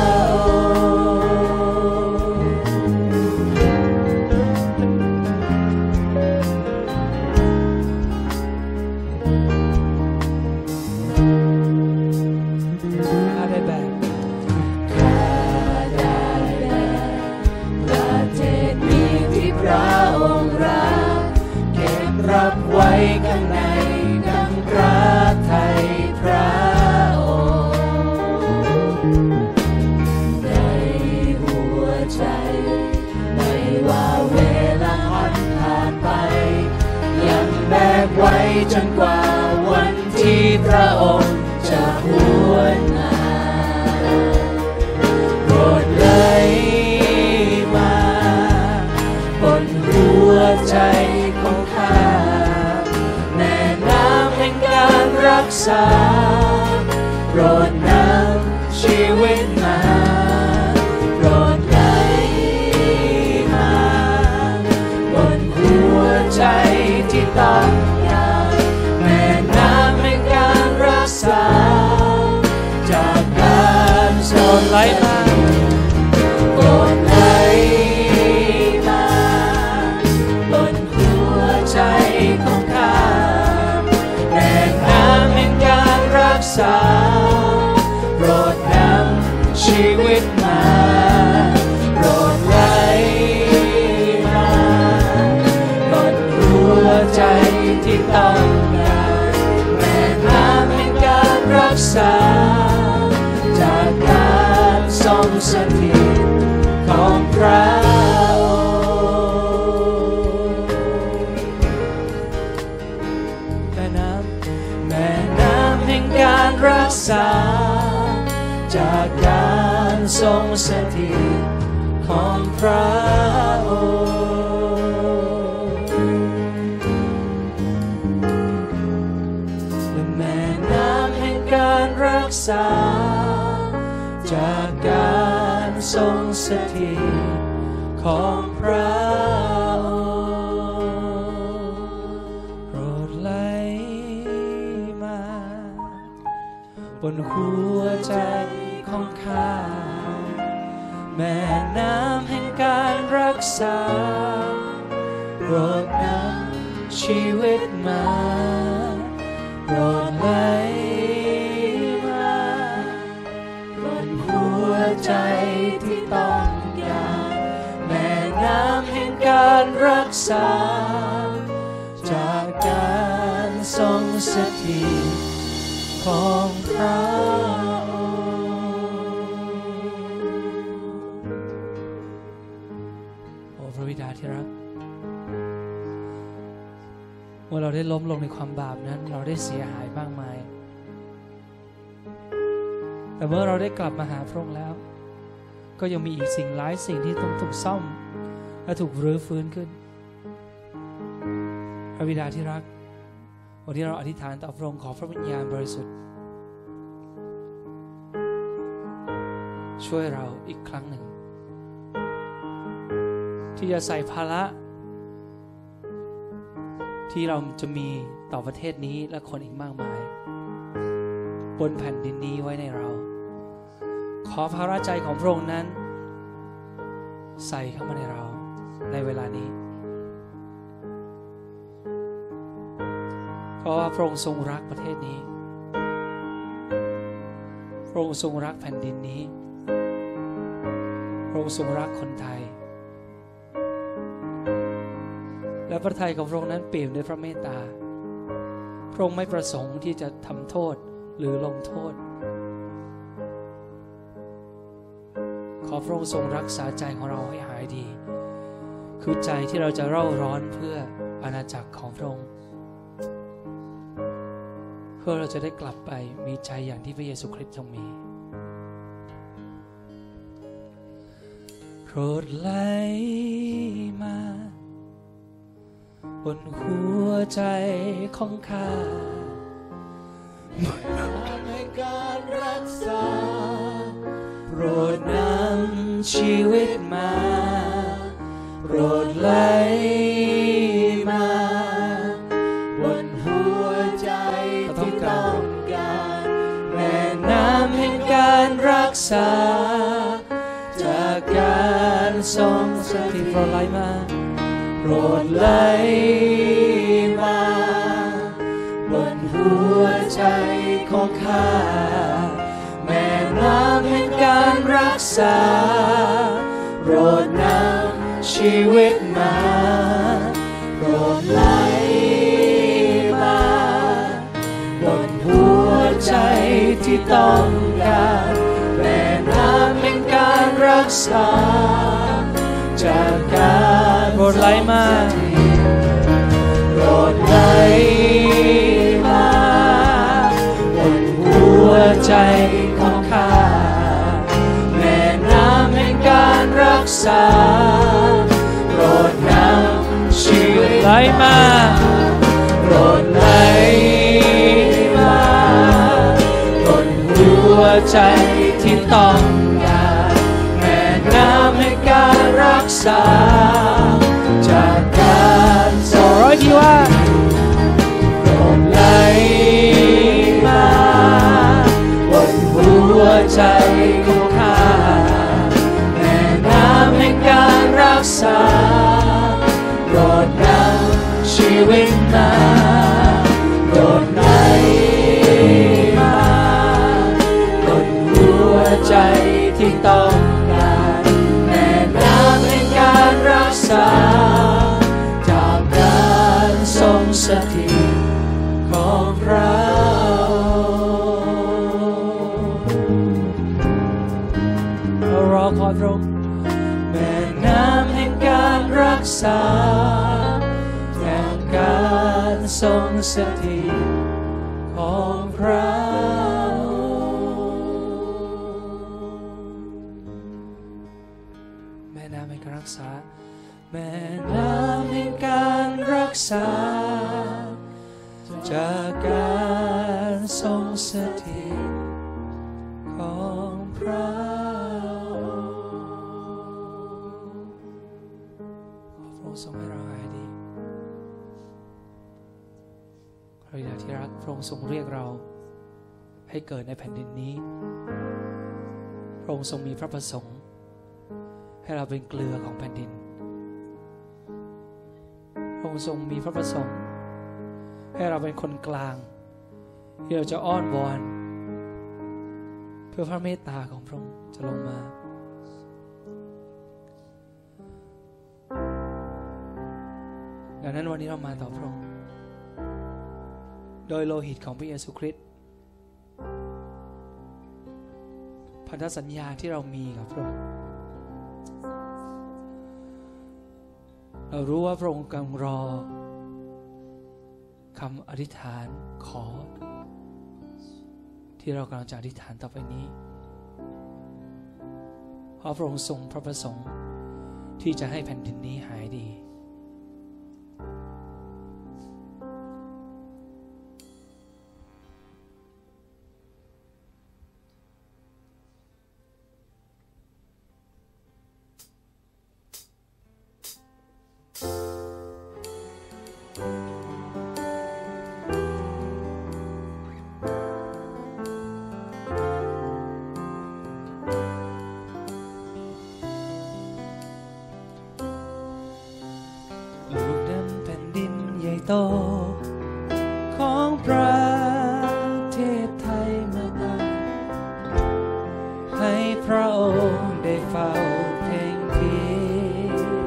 ข้างในดังพระทัยพระองค์ในหัวใจไม่ว่าเวลาผ่านผ่านไปยังแบกไว้จนกว่าวันที่พระองค์จะหวนมาโปรดไหลมาบนหัวใจของข้ารักษาโปรดนำชีวิตมาโปรดไหลมาบนหัวใจที่ต้องการแม่น้ำแห่งการรักษาจากการโปรดไหลมาโปรดไหลมาบนหัวใจของข้ารักษาโปรดนำชีวิตมาโปรดไหลมาบนหัวใจที่ต้องการแม่น้ำแห่งการรักษาจากการทรงสถิตของพระการรักษาจากการทรงสถิตของพระองค์และแม่น้ำแห่งการรักษาจากการทรงสถิตของพระบนหัวใจของข้าแม่น้ำแห่งการรักษาโปรดนำชีวิตมาโปรดไหลมาบนหัวใจที่ต้องการแม่น้ำแห่งการรักษาจากการทรงสถิตของพระโอ้พระบิดาที่รักเมื่อเราได้ล้มลงในความบาปนั้นเราได้เสียหายมากมายแต่เมื่อเราได้กลับมาหาพระองค์แล้วก็ยังมีอีกสิ่งหลายสิ่งที่ต้องถูกซ่อมและถูกรื้อฟื้นขึ้นพระบิดาที่รักวันนี้เราอธิษฐานต่อพระองค์ขอพระวิญญาณบริสุทธิ์ช่วยเราอีกครั้งหนึ่งที่จะใส่ภาระที่เราจะมีต่อประเทศนี้และคนอีกมากมายบนแผ่นดินนี้ไว้ในเราขอภาระใจของพระองค์นั้นใส่เข้ามาในเราในเวลานี้เพราะว่าพระองค์ทรงรักประเทศนี้พระองค์ทรงรักแผ่นดินนี้พระองค์ทรงรักคนไทยและพระทัยของพระองค์นั้นเปี่ยมด้วยพระเมตตาพระองค์ไม่ประสงค์ที่จะทำโทษหรือลงโทษขอพระองค์ทรงรักษาใจของเราให้หายดีคือใจที่เราจะเร่าร้อนเพื่ออาณาจักรของพระองค์เพื่อเราจะได้กลับไปมีใจอย่างที่พระเยซูคริสต์ทรงมีโปรดไหลมาบนหัวใจของข้าให้การรักษาโปรดนำชีวิตมาโปรดไหลมาบนหัวใจที่ต้องการแม่น้ำแห่งการรักษาจากการทรงสถิตโปรดไหลมาโปรดไหลมาบนหัวใจของข้าแม่น้ำแห่งการรักษาโปรดนำชีวิตมาโปรดไหลมาบนหัวใจที่ต้องการแม่น้ำแห่งการรักษาจากการโปรดไหลมาโปรดไหลมาบนหัวใจของข้าแม่น้ำแห่งการรักษาโปรดนำชีวิตไหลมาโปรดไหลมาบนหัวใจที่ต้องการแม่น้ำแห่งการรักษาจากการสอร้อยที่ว่าโปรดไหลมาบนหัวใจของข้าแม่น้ำแห่งการรักษาโปรดนำชีวิตมาโปรดไหลมาบนหัวใจที่ต้องการแม่น้ำแห่งการรักษาจากการทรงสถิตของเราเรารอคอยพระองค์แม่น้ำแห่งการรักษาจากการทรงสถิตของพระแม่น้ำแห่งการรักษาแม่น้ำแห่งการรักษาจากการทรงสถิตของพระพระองค์ทรงให้เราหายดีพระบิดาที่รักพระองค์ทรงเรียกเราให้เกิดในแผ่นดินนี้พระองค์ทรงมีพระประสงค์ให้เราเป็นเกลือของแผ่นดินพระองค์ทรงมีพระประสงค์ให้เราเป็นคนกลางที่เราจะอ้อนวอนเพื่อพระเมตตาของพระองค์จะลงมาดังนั้นวันนี้เรามาต่อพระองค์โดยโลหิตของพระเยซูคริสต์พันธสัญญาที่เรามีกับพระองค์เรารู้ว่าพระองค์กำลังรอคำอธิษฐานขอที่เรากำลังจะอธิษฐานต่อไปนี้เพราะพระองค์ทรงพระประสงค์ที่จะให้แผ่นดินนี้หายดีโตของประเทศไทยมาตั้งให้พระองค์ได้เฝ้าเพ่งพินิจ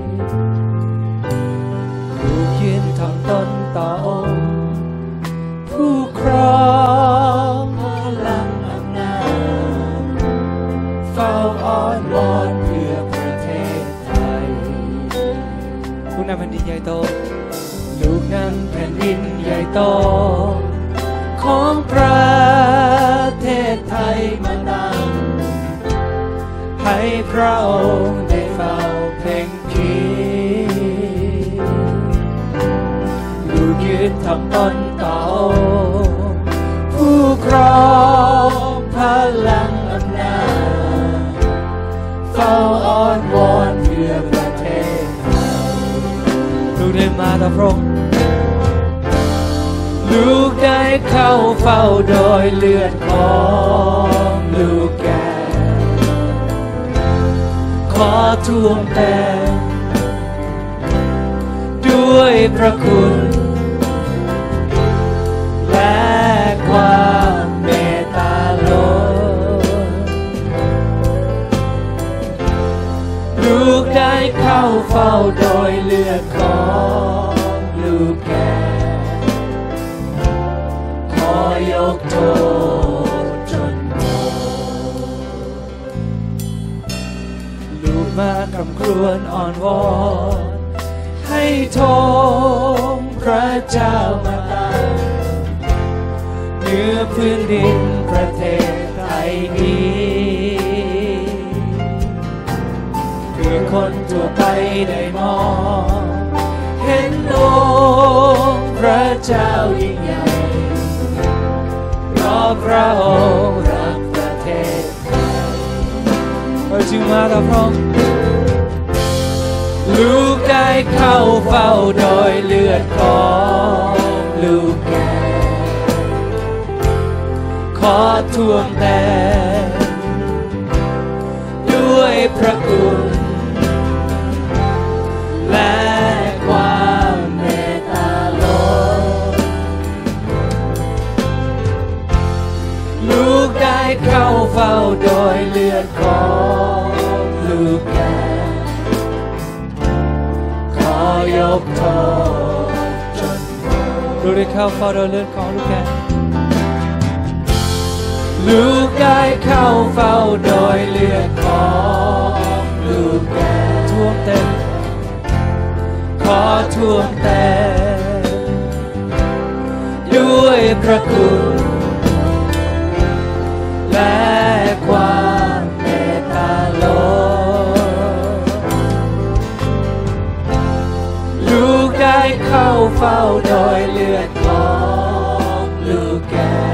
ลูกยืนทำตนต่อองค์ผู้ครองพลังอำนาจเฝ้าอ้อนวอนเพื่อประเทศไทยผู้นำแผ่นดินใหญ่โตลูกนั้นแผ่นดินใหญ่โตของประเทศไทยมาตั้งให้พระองค์ได้เฝ้าเพ่งพินิจำตนต่อผู้ครองพลังอำนาจเฝ้าอ้อนวอนเพื่อประเทศเราลูกได้มาต่อพระองค์ลูกได้เข้าเฝ้าโดยเลือดของลูกแก่ขอท่วมเต็มด้วยพระคุณและความเมตตาล้นลูกได้เข้าเฝ้าโดยเลือดของลูกแก่ขอยกโทษจนหมดลูกมาคำครวญอ่อนวอนให้ทงพระเจ้ามาตั้งเหนือพื้นดินประเทศไทยนี้เพื่อคนทั่วไปได้มองเห็นองค์พระเจ้ายิ่งใหญ่เพราะพระองค์รักประเทศไทยเราจึงมาต่อพระองค์ลูกได้เข้าเฝ้าโดยเลือดของลูกแก่ขอท่วมเต็มด้วยพระคุณและความเมตตาล้นลูกได้เข้าเฝ้าโดยเลือดของลูกแก่ยกโทษจนหมดลูกได้เข้าเฝ้าโดยเลือดของลูกแก่ลูกได้เข้าเฝ้าโดยเลือดของลูกแก่ท่วมเต็มขอท่วมเต็มด้วยพระคุณและความเมตตาล้นลูกได้เข้าเฝ้าโดยเลือดของลูกแก่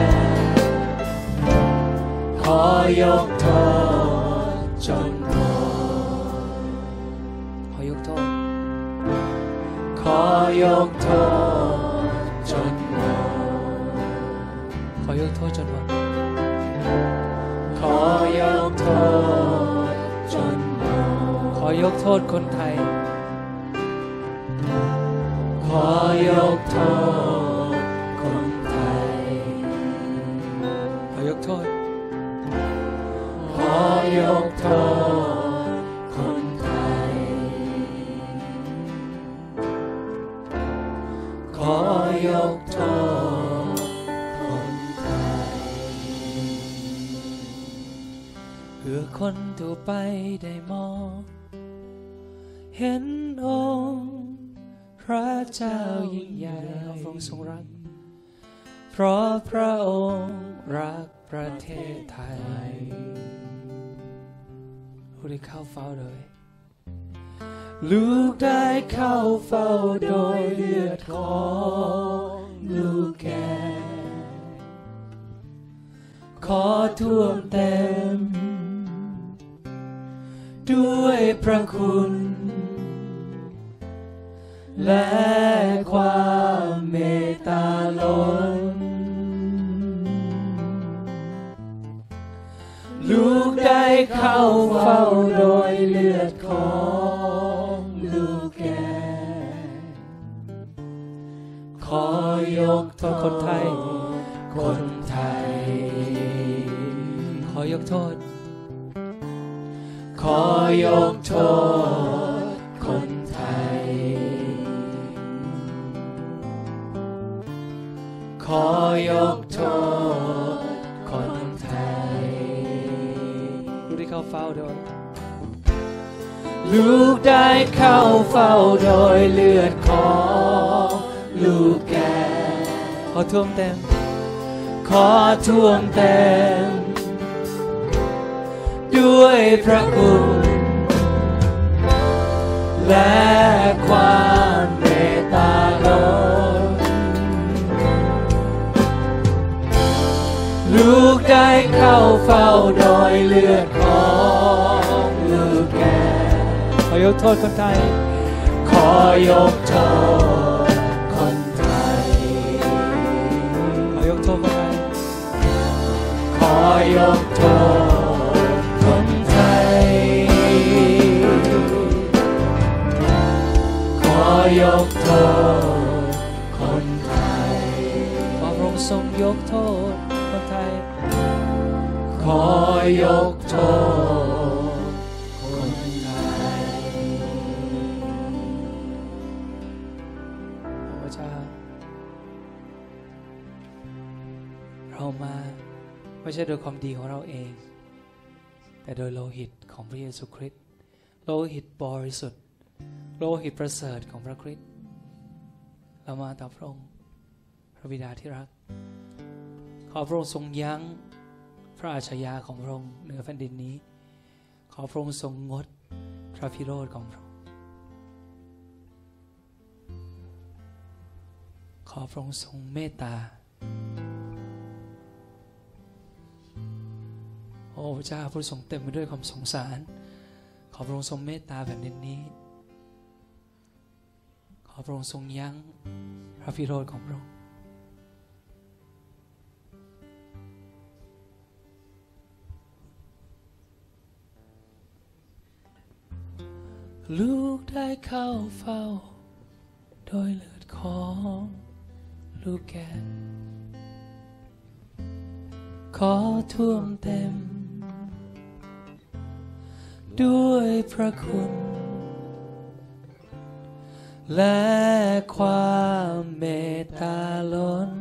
ขอยกโทษจนหมดขอยกโทษขอยกโทษจนหมดขอยกโทษจนหมดขอยกโทษจนหมดขอยกโทษคนไทยขอยกโทษคนไทยขอยกโทษขอยกโทษคนไทยขอยกโทษคนไทยเพื่อคนทั่วไปได้มองเห็นองค์พระเจ้ายิ่งใหญ่พระองค์ทรงรักเพราะพระองค์รักประเทศไทยลูกได้เข้าเฝ้าโดยลูกได้เข้าเฝ้าโดยเลือดของลูกแก่ขอท่วมเต็มด้วยพระคุณและความเมตตาล้นลูกได้เข้าเฝ้าโดยเลือดของลูกแก่ขอยกโทษคนไทยคนไทยขอยกโทษขอยกโทษคนไทยขอยกโทษคนไทยลูกได้เข้าเฝ้าโดยลูกได้เข้าเฝ้าโดยเลือดของลูกแก่ขอท่วมเต็มขอท่วมเต็มด้วยพระคุณและความเมตตาล้นเข้าเฝ้าโดยเลือดของลูกแกะขอยกโทษคนไทยขอยกโทษคนไทยขอยกโทษคนไทยขอยกโทษคนไทยขอยกโทษคนไทยขอพระองค์ทรงยกโทษคนไทยขอยกโทษคนไทยพระเจ้าเรามาไม่ใช่โดยความดีของเราเองแต่โดยโลหิตของพระเยซูคริสต์โลหิตบริสุทธิ์โลหิตประเสริฐของพระคริสต์เรามาต่อพระองค์พระบิดาที่รักขอพระองค์ทรงยั้งพระอาชญาของพระองค์เหนือแผ่นดินนี้ขอพระองค์ทรงงดพระพิโรธของพระองค์ขอพระองค์ทรงเมตตาโอ้พระเจ้าพระทรงเต็มไปด้วยความสงสารขอพระองค์ทรงเมตตาแผ่นดินนี้ขอพระองค์ทรงยั้งพระพิโรธของพระองค์ลูกได้เข้าเฝ้าโดยเลือดของลูกแกะขอท่วมเต็มด้วยพระคุณและความเมตตาล้น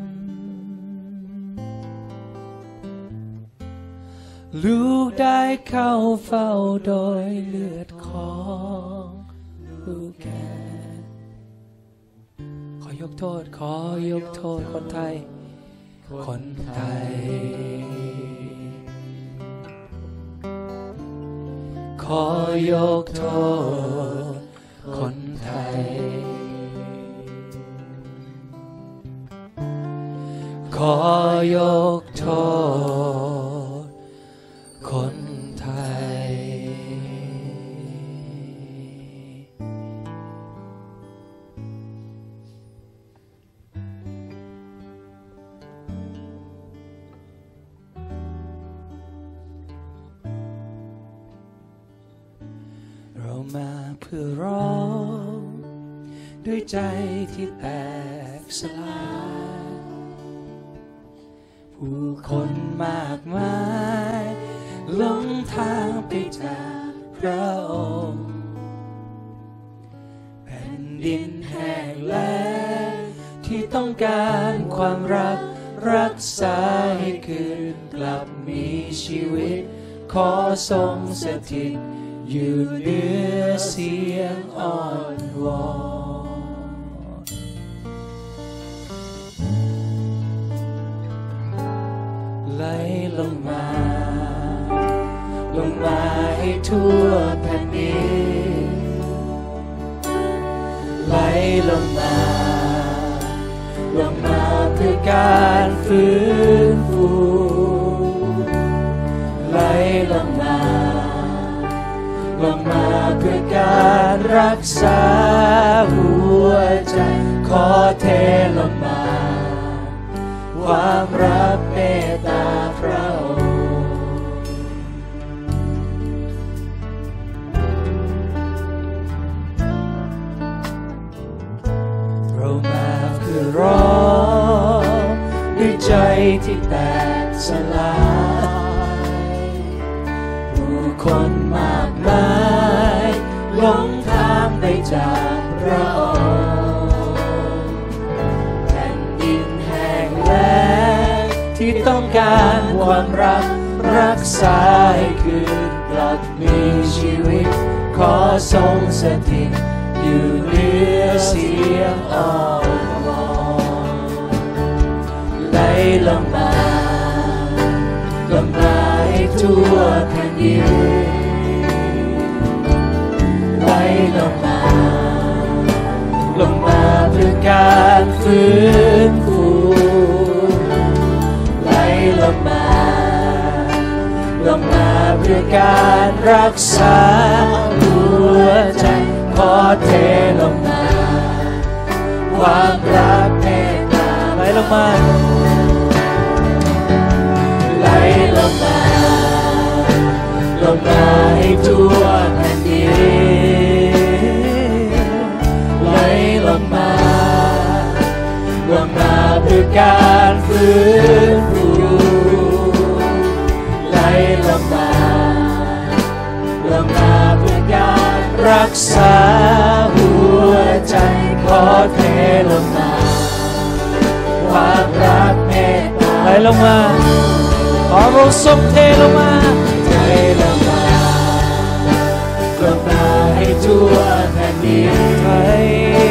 ลูกได้เข้าเฝ้าโดยเลือดของลูกแกะขอยกโทษขอยกโทษคนไทยคนไทยขอยกโทษคนไทยขอยกโทษคนไทยเรามาเพื่อร้องด้วยใจที่แตกสลายผู้คนมากมายหลงทางไปจากพระองค์แผ่นดินแห้งแล้งที่ต้องการความรักรักษาให้คืนกลับมีชีวิตขอทรงสถิตอยู่เหนือเสียงอ้อนวอนไหลลงมาลงมาให้ทั่วแผ่นดินไหลลงมาลงมาเพื่อการฟื้นฟูไหลลงมาลงมาเพื่อการรักษาหัวใจขอเทลงมาความรักเมตตาพระองค์เรามาเพื่อร้องด้วยใจที่แตกสลายผู้คนมากมายหลงทางไปจากพระองค์แผ่นดินแห้งแล้งที่ต้องการความรักรักษาให้คืนกลับมีชีวิตขอทรงสถิตอยู่เหนือเสียงอ้อนวอนไหลลงมาลงมาให้ทั่วแผ่นดินไหลลงมาลงมาเพื่อการฟื้นฟูไหลลงมาเพื่อการรักษาหัวใจขอเทลงมาความรักเมตตาไหลลงมาไหลลงมาลงมาให้ทั่วแผ่นดินไหลลงมาลงมาเพื่อการฟื้นฟูไหลลงมาลงมาเพื่อการรักษาหัวใจขอเทลงมาความรักเมตตาไหลลงมาขอพระองค์ทรงเทลงมาเทลงมาลงมาให้ทั่วแผ่นดินไทย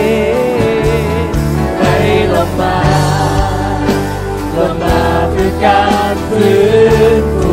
ไหลลงมาลงมาเพื่อการฟื้นฟู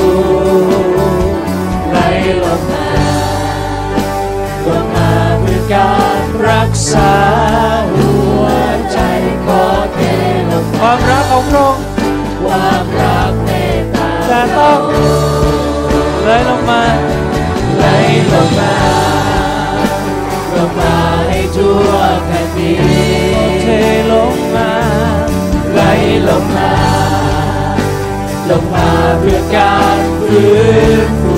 ไหลลงมาลงมาเพื่อการรักษาหัวใจขอเทลงความรักของพระองค์ความรักเมตตาจะต้องไหลลงมาไหลลงมาลงมาให้ทั่วแผ่นดินเทลงมาไหลลงมาลงมาเพื่อการฟื้นฟู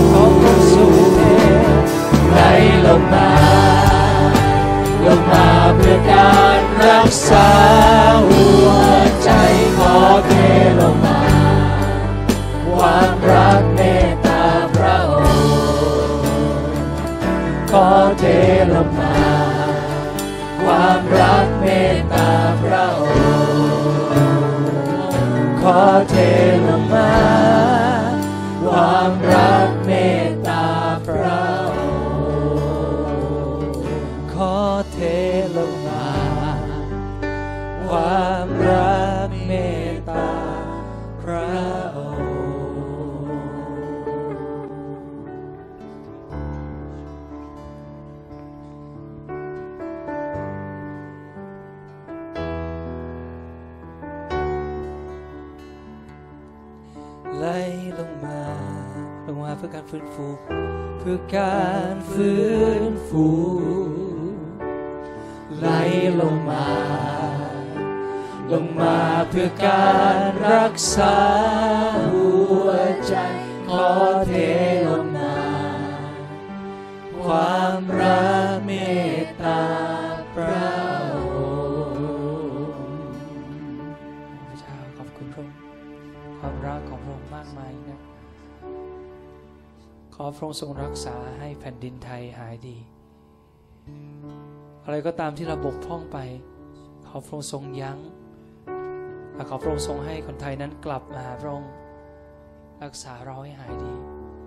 ไหลลงมาลงมาเพื่อการรักษาหัวใจขอเทลงมาความรักเมตตาพระองค์ขอเทลงมาความรักเมตตาพระองค์ขอเทลงมาความรักเมตตาพระองค์ขอเทลงมาความรักเมตตาพระองค์ไหลลงมาลงมาเพื่อการฟื้นฟูเพื่อการฟื้นฟูไหลลงมาลงมาเพื่อการรักษาหัวใจขอเทลงมาความรักเมตตาพระองค์พระเจ้าขอบคุณพระองค์ความรักของพระองค์มากมายนะขอพระองค์ทรงรักษาให้แผ่นดินไทยหายดีอะไรก็ตามที่เราบกพร่องไปขอพระองค์ทรงยั้งขอพระองค์ทรงให้คนไทยนั้นกลับมาหาพระองค์รักษาเราให้หายดี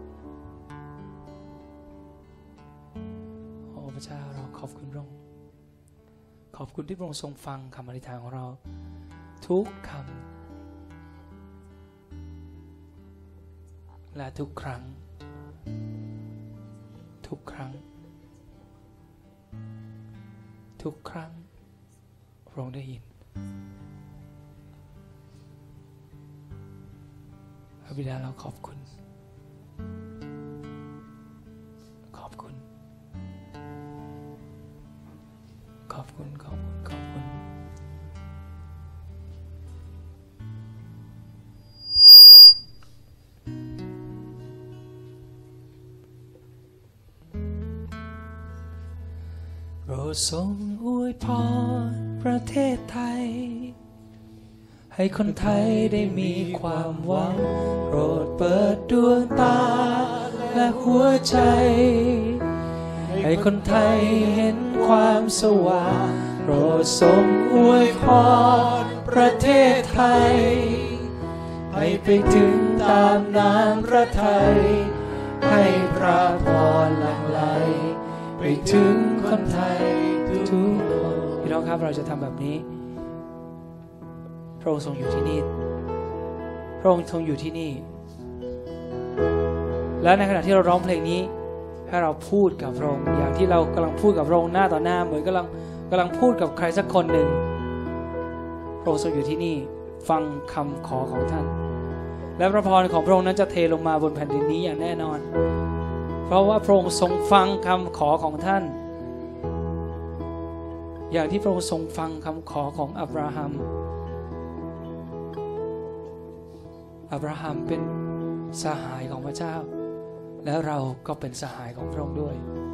โอ้พระเจ้าเราขอบคุณพระองค์ขอบคุณที่พระองค์ทรงฟังคำอธิษฐานของเราทุกคำและทุกครั้งทุกครั้งทุกครั้งพระองค์ได้ยินพระบิดาเราขอบคุณขอบคุณขอบคุณขอบคุณขอบคุณโปรดทรงอวยพรประเทศไทยให้คนไทยได้มีความหวังโปรดเปิดดวงตาและหัวใจให้คนไทยเห็นความสว่างโปรดทรงอวยพรประเทศไทยให้ไปถึงตามน้ำพระทัยให้พระพรหลั่งไหลไปถึงคนไทยทุกคนพี่น้องครับเราจะทำแบบนี้พระองค์ทรงอยู่ที่นี่พระองค์ทรงอยู่ที่นี่และในขณะที่เราร้องเพลงนี้ให้เราพูดกับพระองค์อย่างที่เรากำลังพูดกับพระองค์หน้าต่อหน้าเหมือนกำลังกำลังพูดกับใครสักคนหนึ่งพระองค์ทรงอยู่ที่นี่ฟังคำขอของท่านและพระพรของพระองค์นั้นจะเทลงมาบนแผ่นดินนี้อย่างแน่นอนเพราะว่าพระองค์ทรงฟังคำขอของท่านอย่างที่พระองค์ทรงฟังคำขอของอับราฮัมอับราฮัมเป็นสหายของพระเจ้าและเราก็เป็นสหายของพระองค์ด้วย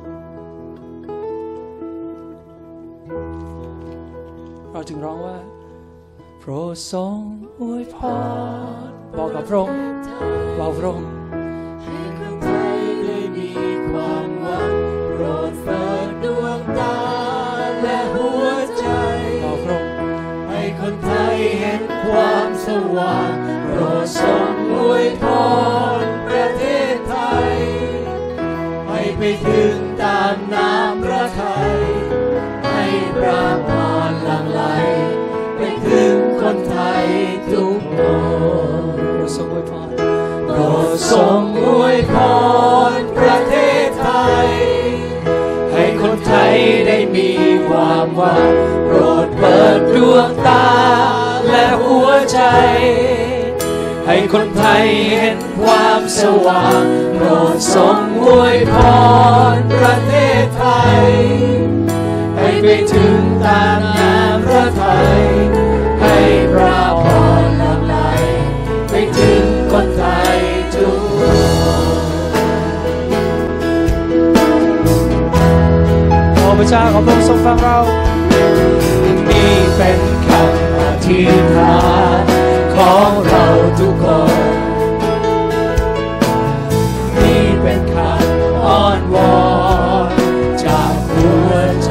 เราจึงร้องว่าโปรดทรงอวยพรบอกกับพระองค์บอกพระองค์ให้คนไทยได้มีความหวังโปรดเปิดดวงตาและหัวใจบอกพระองค์ให้คนไทยเห็นความสว่างโปรดทรงอวยพรประเทศไทยให้ไปถึงตามน้ำพระทัยให้พระพรหลั่งไหลไปถึงคนไทยทุกคนโปรดทรงอวยพรโปรดทรงอวยพรประเทศไทยให้คนไทยได้มีความหวังโปรดเปิดดวงตาและหัวใจให้คนไทยเห็นความสว่างโปรดทรงอวยพรประเทศไทยให้ไปถึงตามน้ำพระทัยให้พระพรหลั่งไหลไปถึงคนไทยทุกคนขอพระเจ้าขอพระองค์ทรงฟังเรานี่เป็นคำอธิษฐานของเราทุกคนนี่เป็นคำอ้อนวอนจากหัวใจ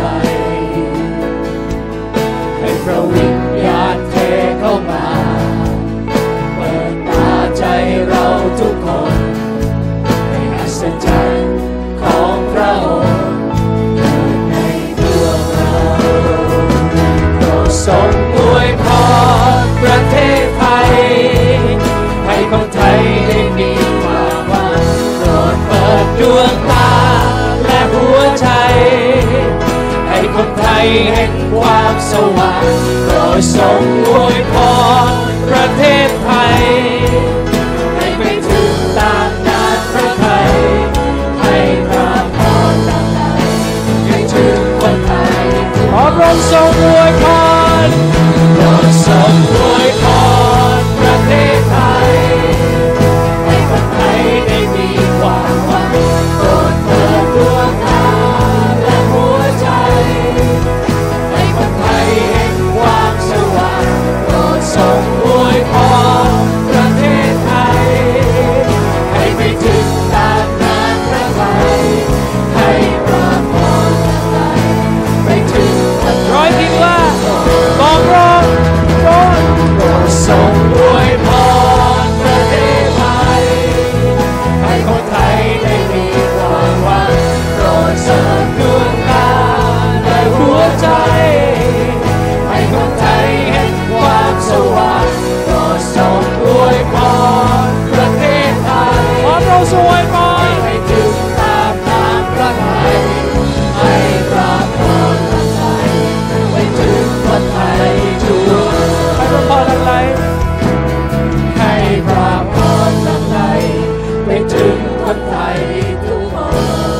ให้พระวิญญาณเทเข้ามาเปิดตาใจเราทุกคนให้อัศจรรย์ของพระองค์เกิดในตัวเราโปรดทรงอวยพรประเทศไทยให้คนไทยได้มีความหวังโปรดเปิดดวงตาและหัวใจให้คนไทยเห็นความสว่างโปรดทรงอวยพรประเทศไทยให้ไปถึงตามน้ำพระทัยให้พระพรหลั่งไหลให้ถึงคนไทยขอพระองค์ทรงอวยพรโปรดทรงอวยพรประเทศไทยให้คนไทยได้มีความหวังโปรดเปิดดวงตาและหัวใจให้คนไทยเห็นความสว่างโปรดทรงอวยพรประเทศไทยให้ไปถึงตามน้ำพระทัยให้พระพรหลั่งไหลไปถึงคนไทยร้อยทีว่าบอกพระองค์โปรดโปรดทรงอวยพรประเทศไทยให้คนไทยได้มีความหวังโปรดเสริมดวงตาและหัวใจให้คนไทยเห็นความสว่างโปรดทรงอวยพรประเทศไทยขอพระองค์ทรงอวยพรให้ถึงตามน้ำพระทัยให้พระพรหลั่งไหลไปถึงคนไทยทุกคนให้พระพรหลั่งไหลให้พระพรหลั่งไหลไปถึงคนไทยทุกคน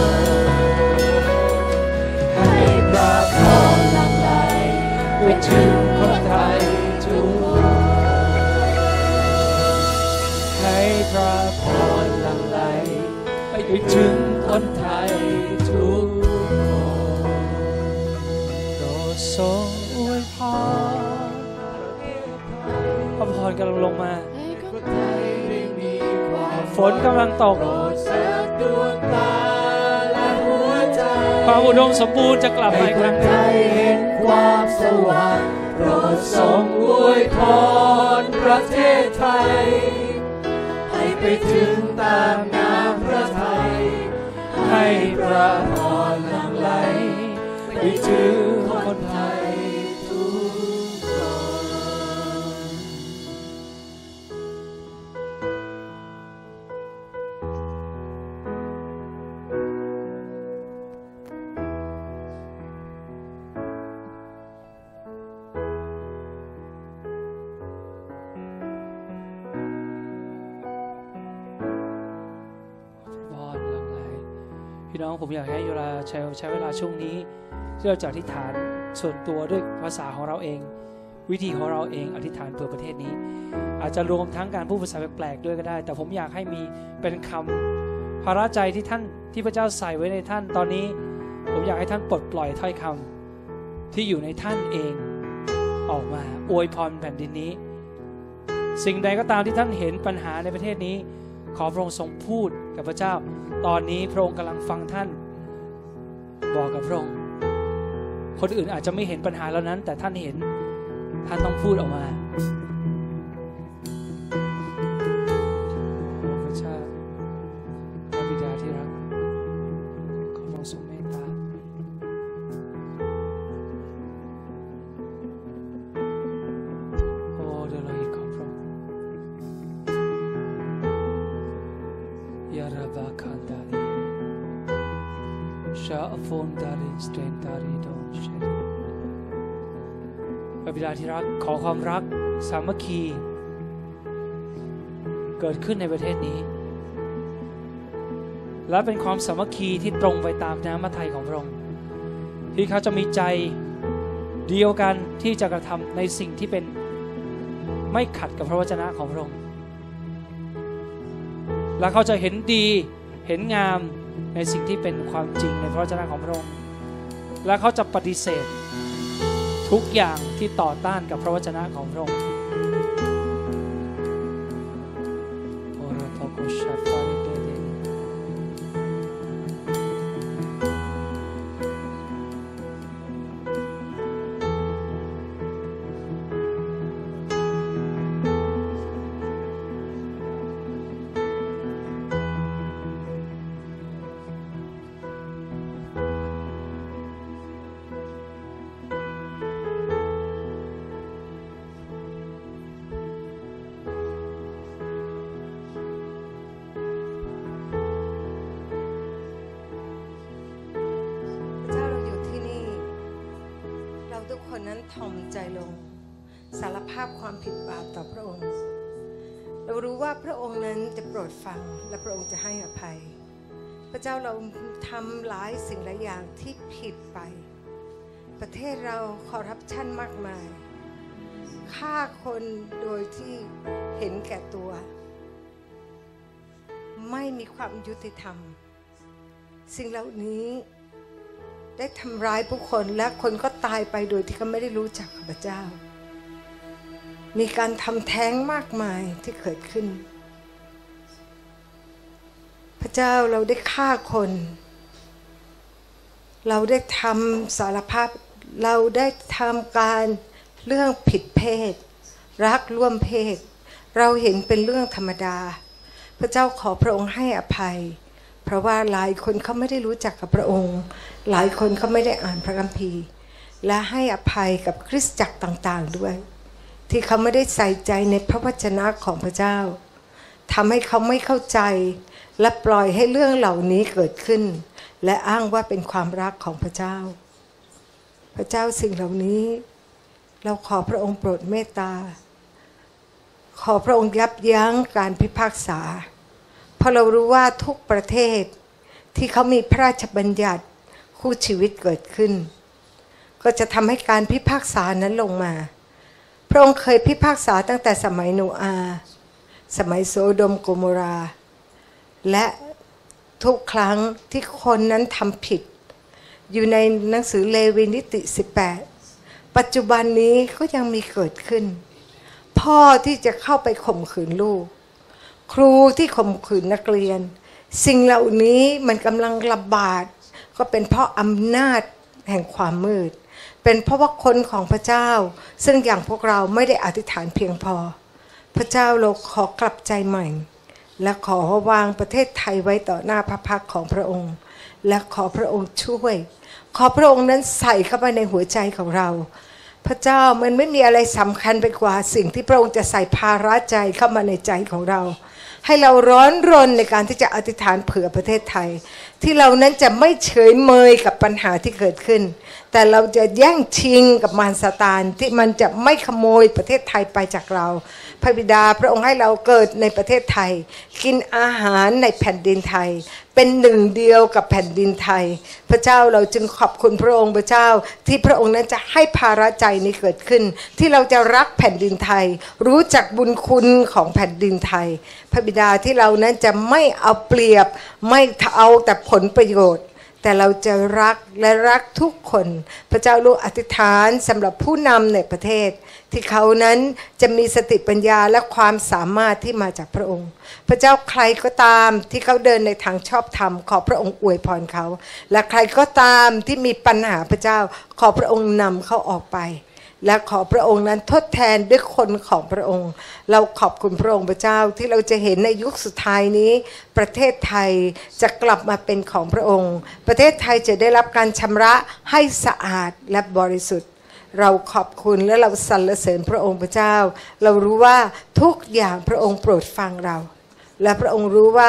ให้พระพรหลั่งไหลไปถึงคนไทยทุกคนให้พระพรหลั่งไหลไปถึงคนไทยทุกคนโปรดทรงอวยพรพระพรกำลังลงมาฝนกำลังตกความอุดมสมบูรณ์จะกลับมาอีกครั้งหนึ่งเห็นความสว่างโปรดทรงอวยพรประเทศไทยให้ไปถึงตามน้ำพระทัยให้พระพรหลั่งไหลไปถึงคนไทยทุกคนพี่น้องผมอยากให้เวลาใช้ใช้เวลาช่วงนี้ที่เราจะอธิษฐานส่วนตัวด้วยภาษาของเราเองวิธีของเราเองอธิษฐานเพื่อประเทศนี้อาจจะรวมทั้งการพูดภาษาแปลกๆด้วยก็ได้แต่ผมอยากให้มีเป็นคำภาระใจที่ท่านที่พระเจ้าใส่ไว้ในท่านตอนนี้ผมอยากให้ท่านปลดปล่อยถ้อยคำที่อยู่ในท่านเองออกมาอวยพรแผ่นดินนี้สิ่งใดก็ตามที่ท่านเห็นปัญหาในประเทศนี้ขอพระองค์ทรงพูดกับพระเจ้าตอนนี้พระองค์กำลังฟังท่านบอกกับพระองค์คนอื่นอาจจะไม่เห็นปัญหาเหล่านั้นแต่ท่านเห็นท่านต้องพูดออกมาพระเจ้าพระบิดาที่รักขอพระองค์ทรงเมตตาโอ้เดลอยของพระองค์ยาราบาคันดาลีชาฟอนดาลินสเตนดาลีโดนเชดพระบิดาที่รักขอความรักสามัคคีเกิดขึ้นในประเทศนี้และเป็นความสามัคคีที่ตรงไปตามน้ำพระทัยของพระองค์ที่เขาจะมีใจเดียวกันที่จะกระทำในสิ่งที่เป็นไม่ขัดกับพระวจนะของพระองค์และเขาจะเห็นดีเห็นงามในสิ่งที่เป็นความจริงในพระวจนะของพระองค์และเขาจะปฏิเสธทุกอย่างที่ต่อต้านกับพระวจนะของพระองค์โอราโตโกชาฟาริเดเดถ่อมใจลงสารภาพความผิดบาปต่อพระองค์เรารู้ว่าพระองค์นั้นจะโปรดฟังและพระองค์จะให้อภัยพระเจ้าเราทำหลายสิ่งหลายอย่างที่ผิดไปประเทศเราคอร์รัปชันมากมายฆ่าคนโดยที่เห็นแก่ตัวไม่มีความยุติธรรมสิ่งเหล่านี้ได้ทำร้ายผู้คนและคนก็ตายไปโดยที่เขาไม่ได้รู้จักพระเจ้ามีการทำแท้งมากมายที่เกิดขึ้นพระเจ้าเราได้ฆ่าคนเราได้ทำสารพัดเราได้ทำการเรื่องผิดเพศรักร่วมเพศเราเห็นเป็นเรื่องธรรมดาพระเจ้าขอพระองค์ให้อภัยเพราะว่าหลายคนเขาไม่ได้รู้จักกับพระองค์หลายคนเขาไม่ได้อ่านพระคัมภีร์และให้อภัยกับคริสตจักรต่างๆด้วยที่เขาไม่ได้ใส่ใจในพระวจนะของพระเจ้าทำให้เขาไม่เข้าใจและปล่อยให้เรื่องเหล่านี้เกิดขึ้นและอ้างว่าเป็นความรักของพระเจ้าพระเจ้าสิ่งเหล่านี้เราขอพระองค์โปรดเมตตาขอพระองค์ยับยั้งการพิพากษาเพราะเรารู้ว่าทุกประเทศที่เขามีพระราชบัญญัติคู่ชีวิตเกิดขึ้นก็จะทำให้การพิพากษานั้นลงมาพระองค์เคยพิพากษาตั้งแต่สมัยโนอาห์สมัยโซโดมโกโมราและทุกครั้งที่คนนั้นทำผิดอยู่ในหนังสือเลวีนิติสิบแปดปัจจุบันนี้ก็ยังมีเกิดขึ้นพ่อที่จะเข้าไปข่มขืนลูกครูที่ข่มขืนนักเรียนสิ่งเหล่านี้มันกำลังระบาดก็เป็นเพราะอำนาจแห่งความมืดเป็นเพราะว่าคนของพระเจ้าซึ่งอย่างพวกเราไม่ได้อธิษฐานเพียงพอพระเจ้าเราขอกลับใจใหม่และขอวางประเทศไทยไว้ต่อหน้าพระพักของพระองค์และขอพระองค์ช่วยขอพระองค์นั้นใส่เข้าไปในหัวใจของเราพระเจ้ามันไม่มีอะไรสำคัญไปกว่าสิ่งที่พระองค์จะใส่ภาระใจเข้ามาในใจของเราให้เราร้อนรนในการที่จะอธิษฐานเผื่อประเทศไทยที่เรานั้นจะไม่เฉยเมยกับปัญหาที่เกิดขึ้นแต่เราจะแย่งชิงกับมารซาตานที่มันจะไม่ขโมยประเทศไทยไปจากเราพระบิดาพระองค์ให้เราเกิดในประเทศไทยกินอาหารในแผ่นดินไทยเป็นหนึ่งเดียวกับแผ่นดินไทยพระเจ้าเราจึงขอบคุณพระองค์พระเจ้าที่พระองค์นั้นจะให้ภาระใจนี้เกิดขึ้นที่เราจะรักแผ่นดินไทยรู้จักบุญคุณของแผ่นดินไทยพระบิดาที่เรานั้นจะไม่เอาเปรียบไม่เอาแต่ผลประโยชน์แต่เราจะรักและรักทุกคนพระเจ้าลูกอธิษฐานสำหรับผู้นำในประเทศที่เขานั้นจะมีสติปัญญาและความสามารถที่มาจากพระองค์พระเจ้าใครก็ตามที่เขาเดินในทางชอบธรรมขอพระองค์อวยพรเขาและใครก็ตามที่มีปัญหาพระเจ้าขอพระองค์นำเขาออกไปและขอพระองค์นั้นทดแทนด้วยคนของพระองค์เราขอบคุณพระองค์พระเจ้าที่เราจะเห็นในยุคสุดท้ายนี้ประเทศไทยจะกลับมาเป็นของพระองค์ประเทศไทยจะได้รับการชำระให้สะอาดและบริสุทธิ์เราขอบคุณและเราสรรเสริญพระองค์พระเจ้าเรารู้ว่าทุกอย่างพระองค์โปรดฟังเราและพระองค์รู้ว่า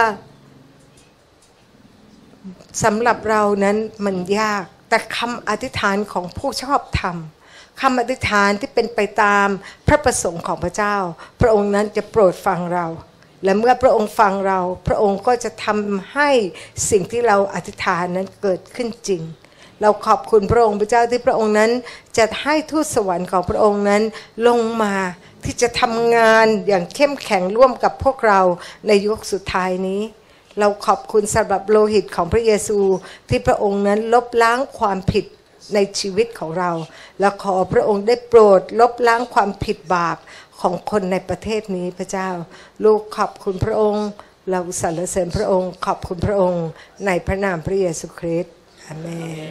สำหรับเรานั้นมันยากแต่คำอธิษฐานของผู้ชอบธรรมคำอธิษฐานที่เป็นไปตามพระประสงค์ของพระเจ้าพระองค์นั้นจะโปรดฟังเราและเมื่อพระองค์ฟังเราพระองค์ก็จะทำให้สิ่งที่เราอธิษฐานนั้นเกิดขึ้นจริงเราขอบคุณพระองค์พระเจ้าที่พระองค์นั้นจะให้ทูตสวรรค์ของพระองค์นั้นลงมาที่จะทำงานอย่างเข้มแข็งร่วมกับพวกเราในยุคสุดท้ายนี้เราขอบคุณสำหรับโลหิตของพระเยซูที่พระองค์นั้นลบล้างความผิดในชีวิตของเราและขอพระองค์ได้โปรดลบล้างความผิดบาปของคนในประเทศนี้พระเจ้าลูกขอบคุณพระองค์เราสรรเสริญพระองค์ขอบคุณพระองค์ในพระนามพระเยซูคริสต์อาเมน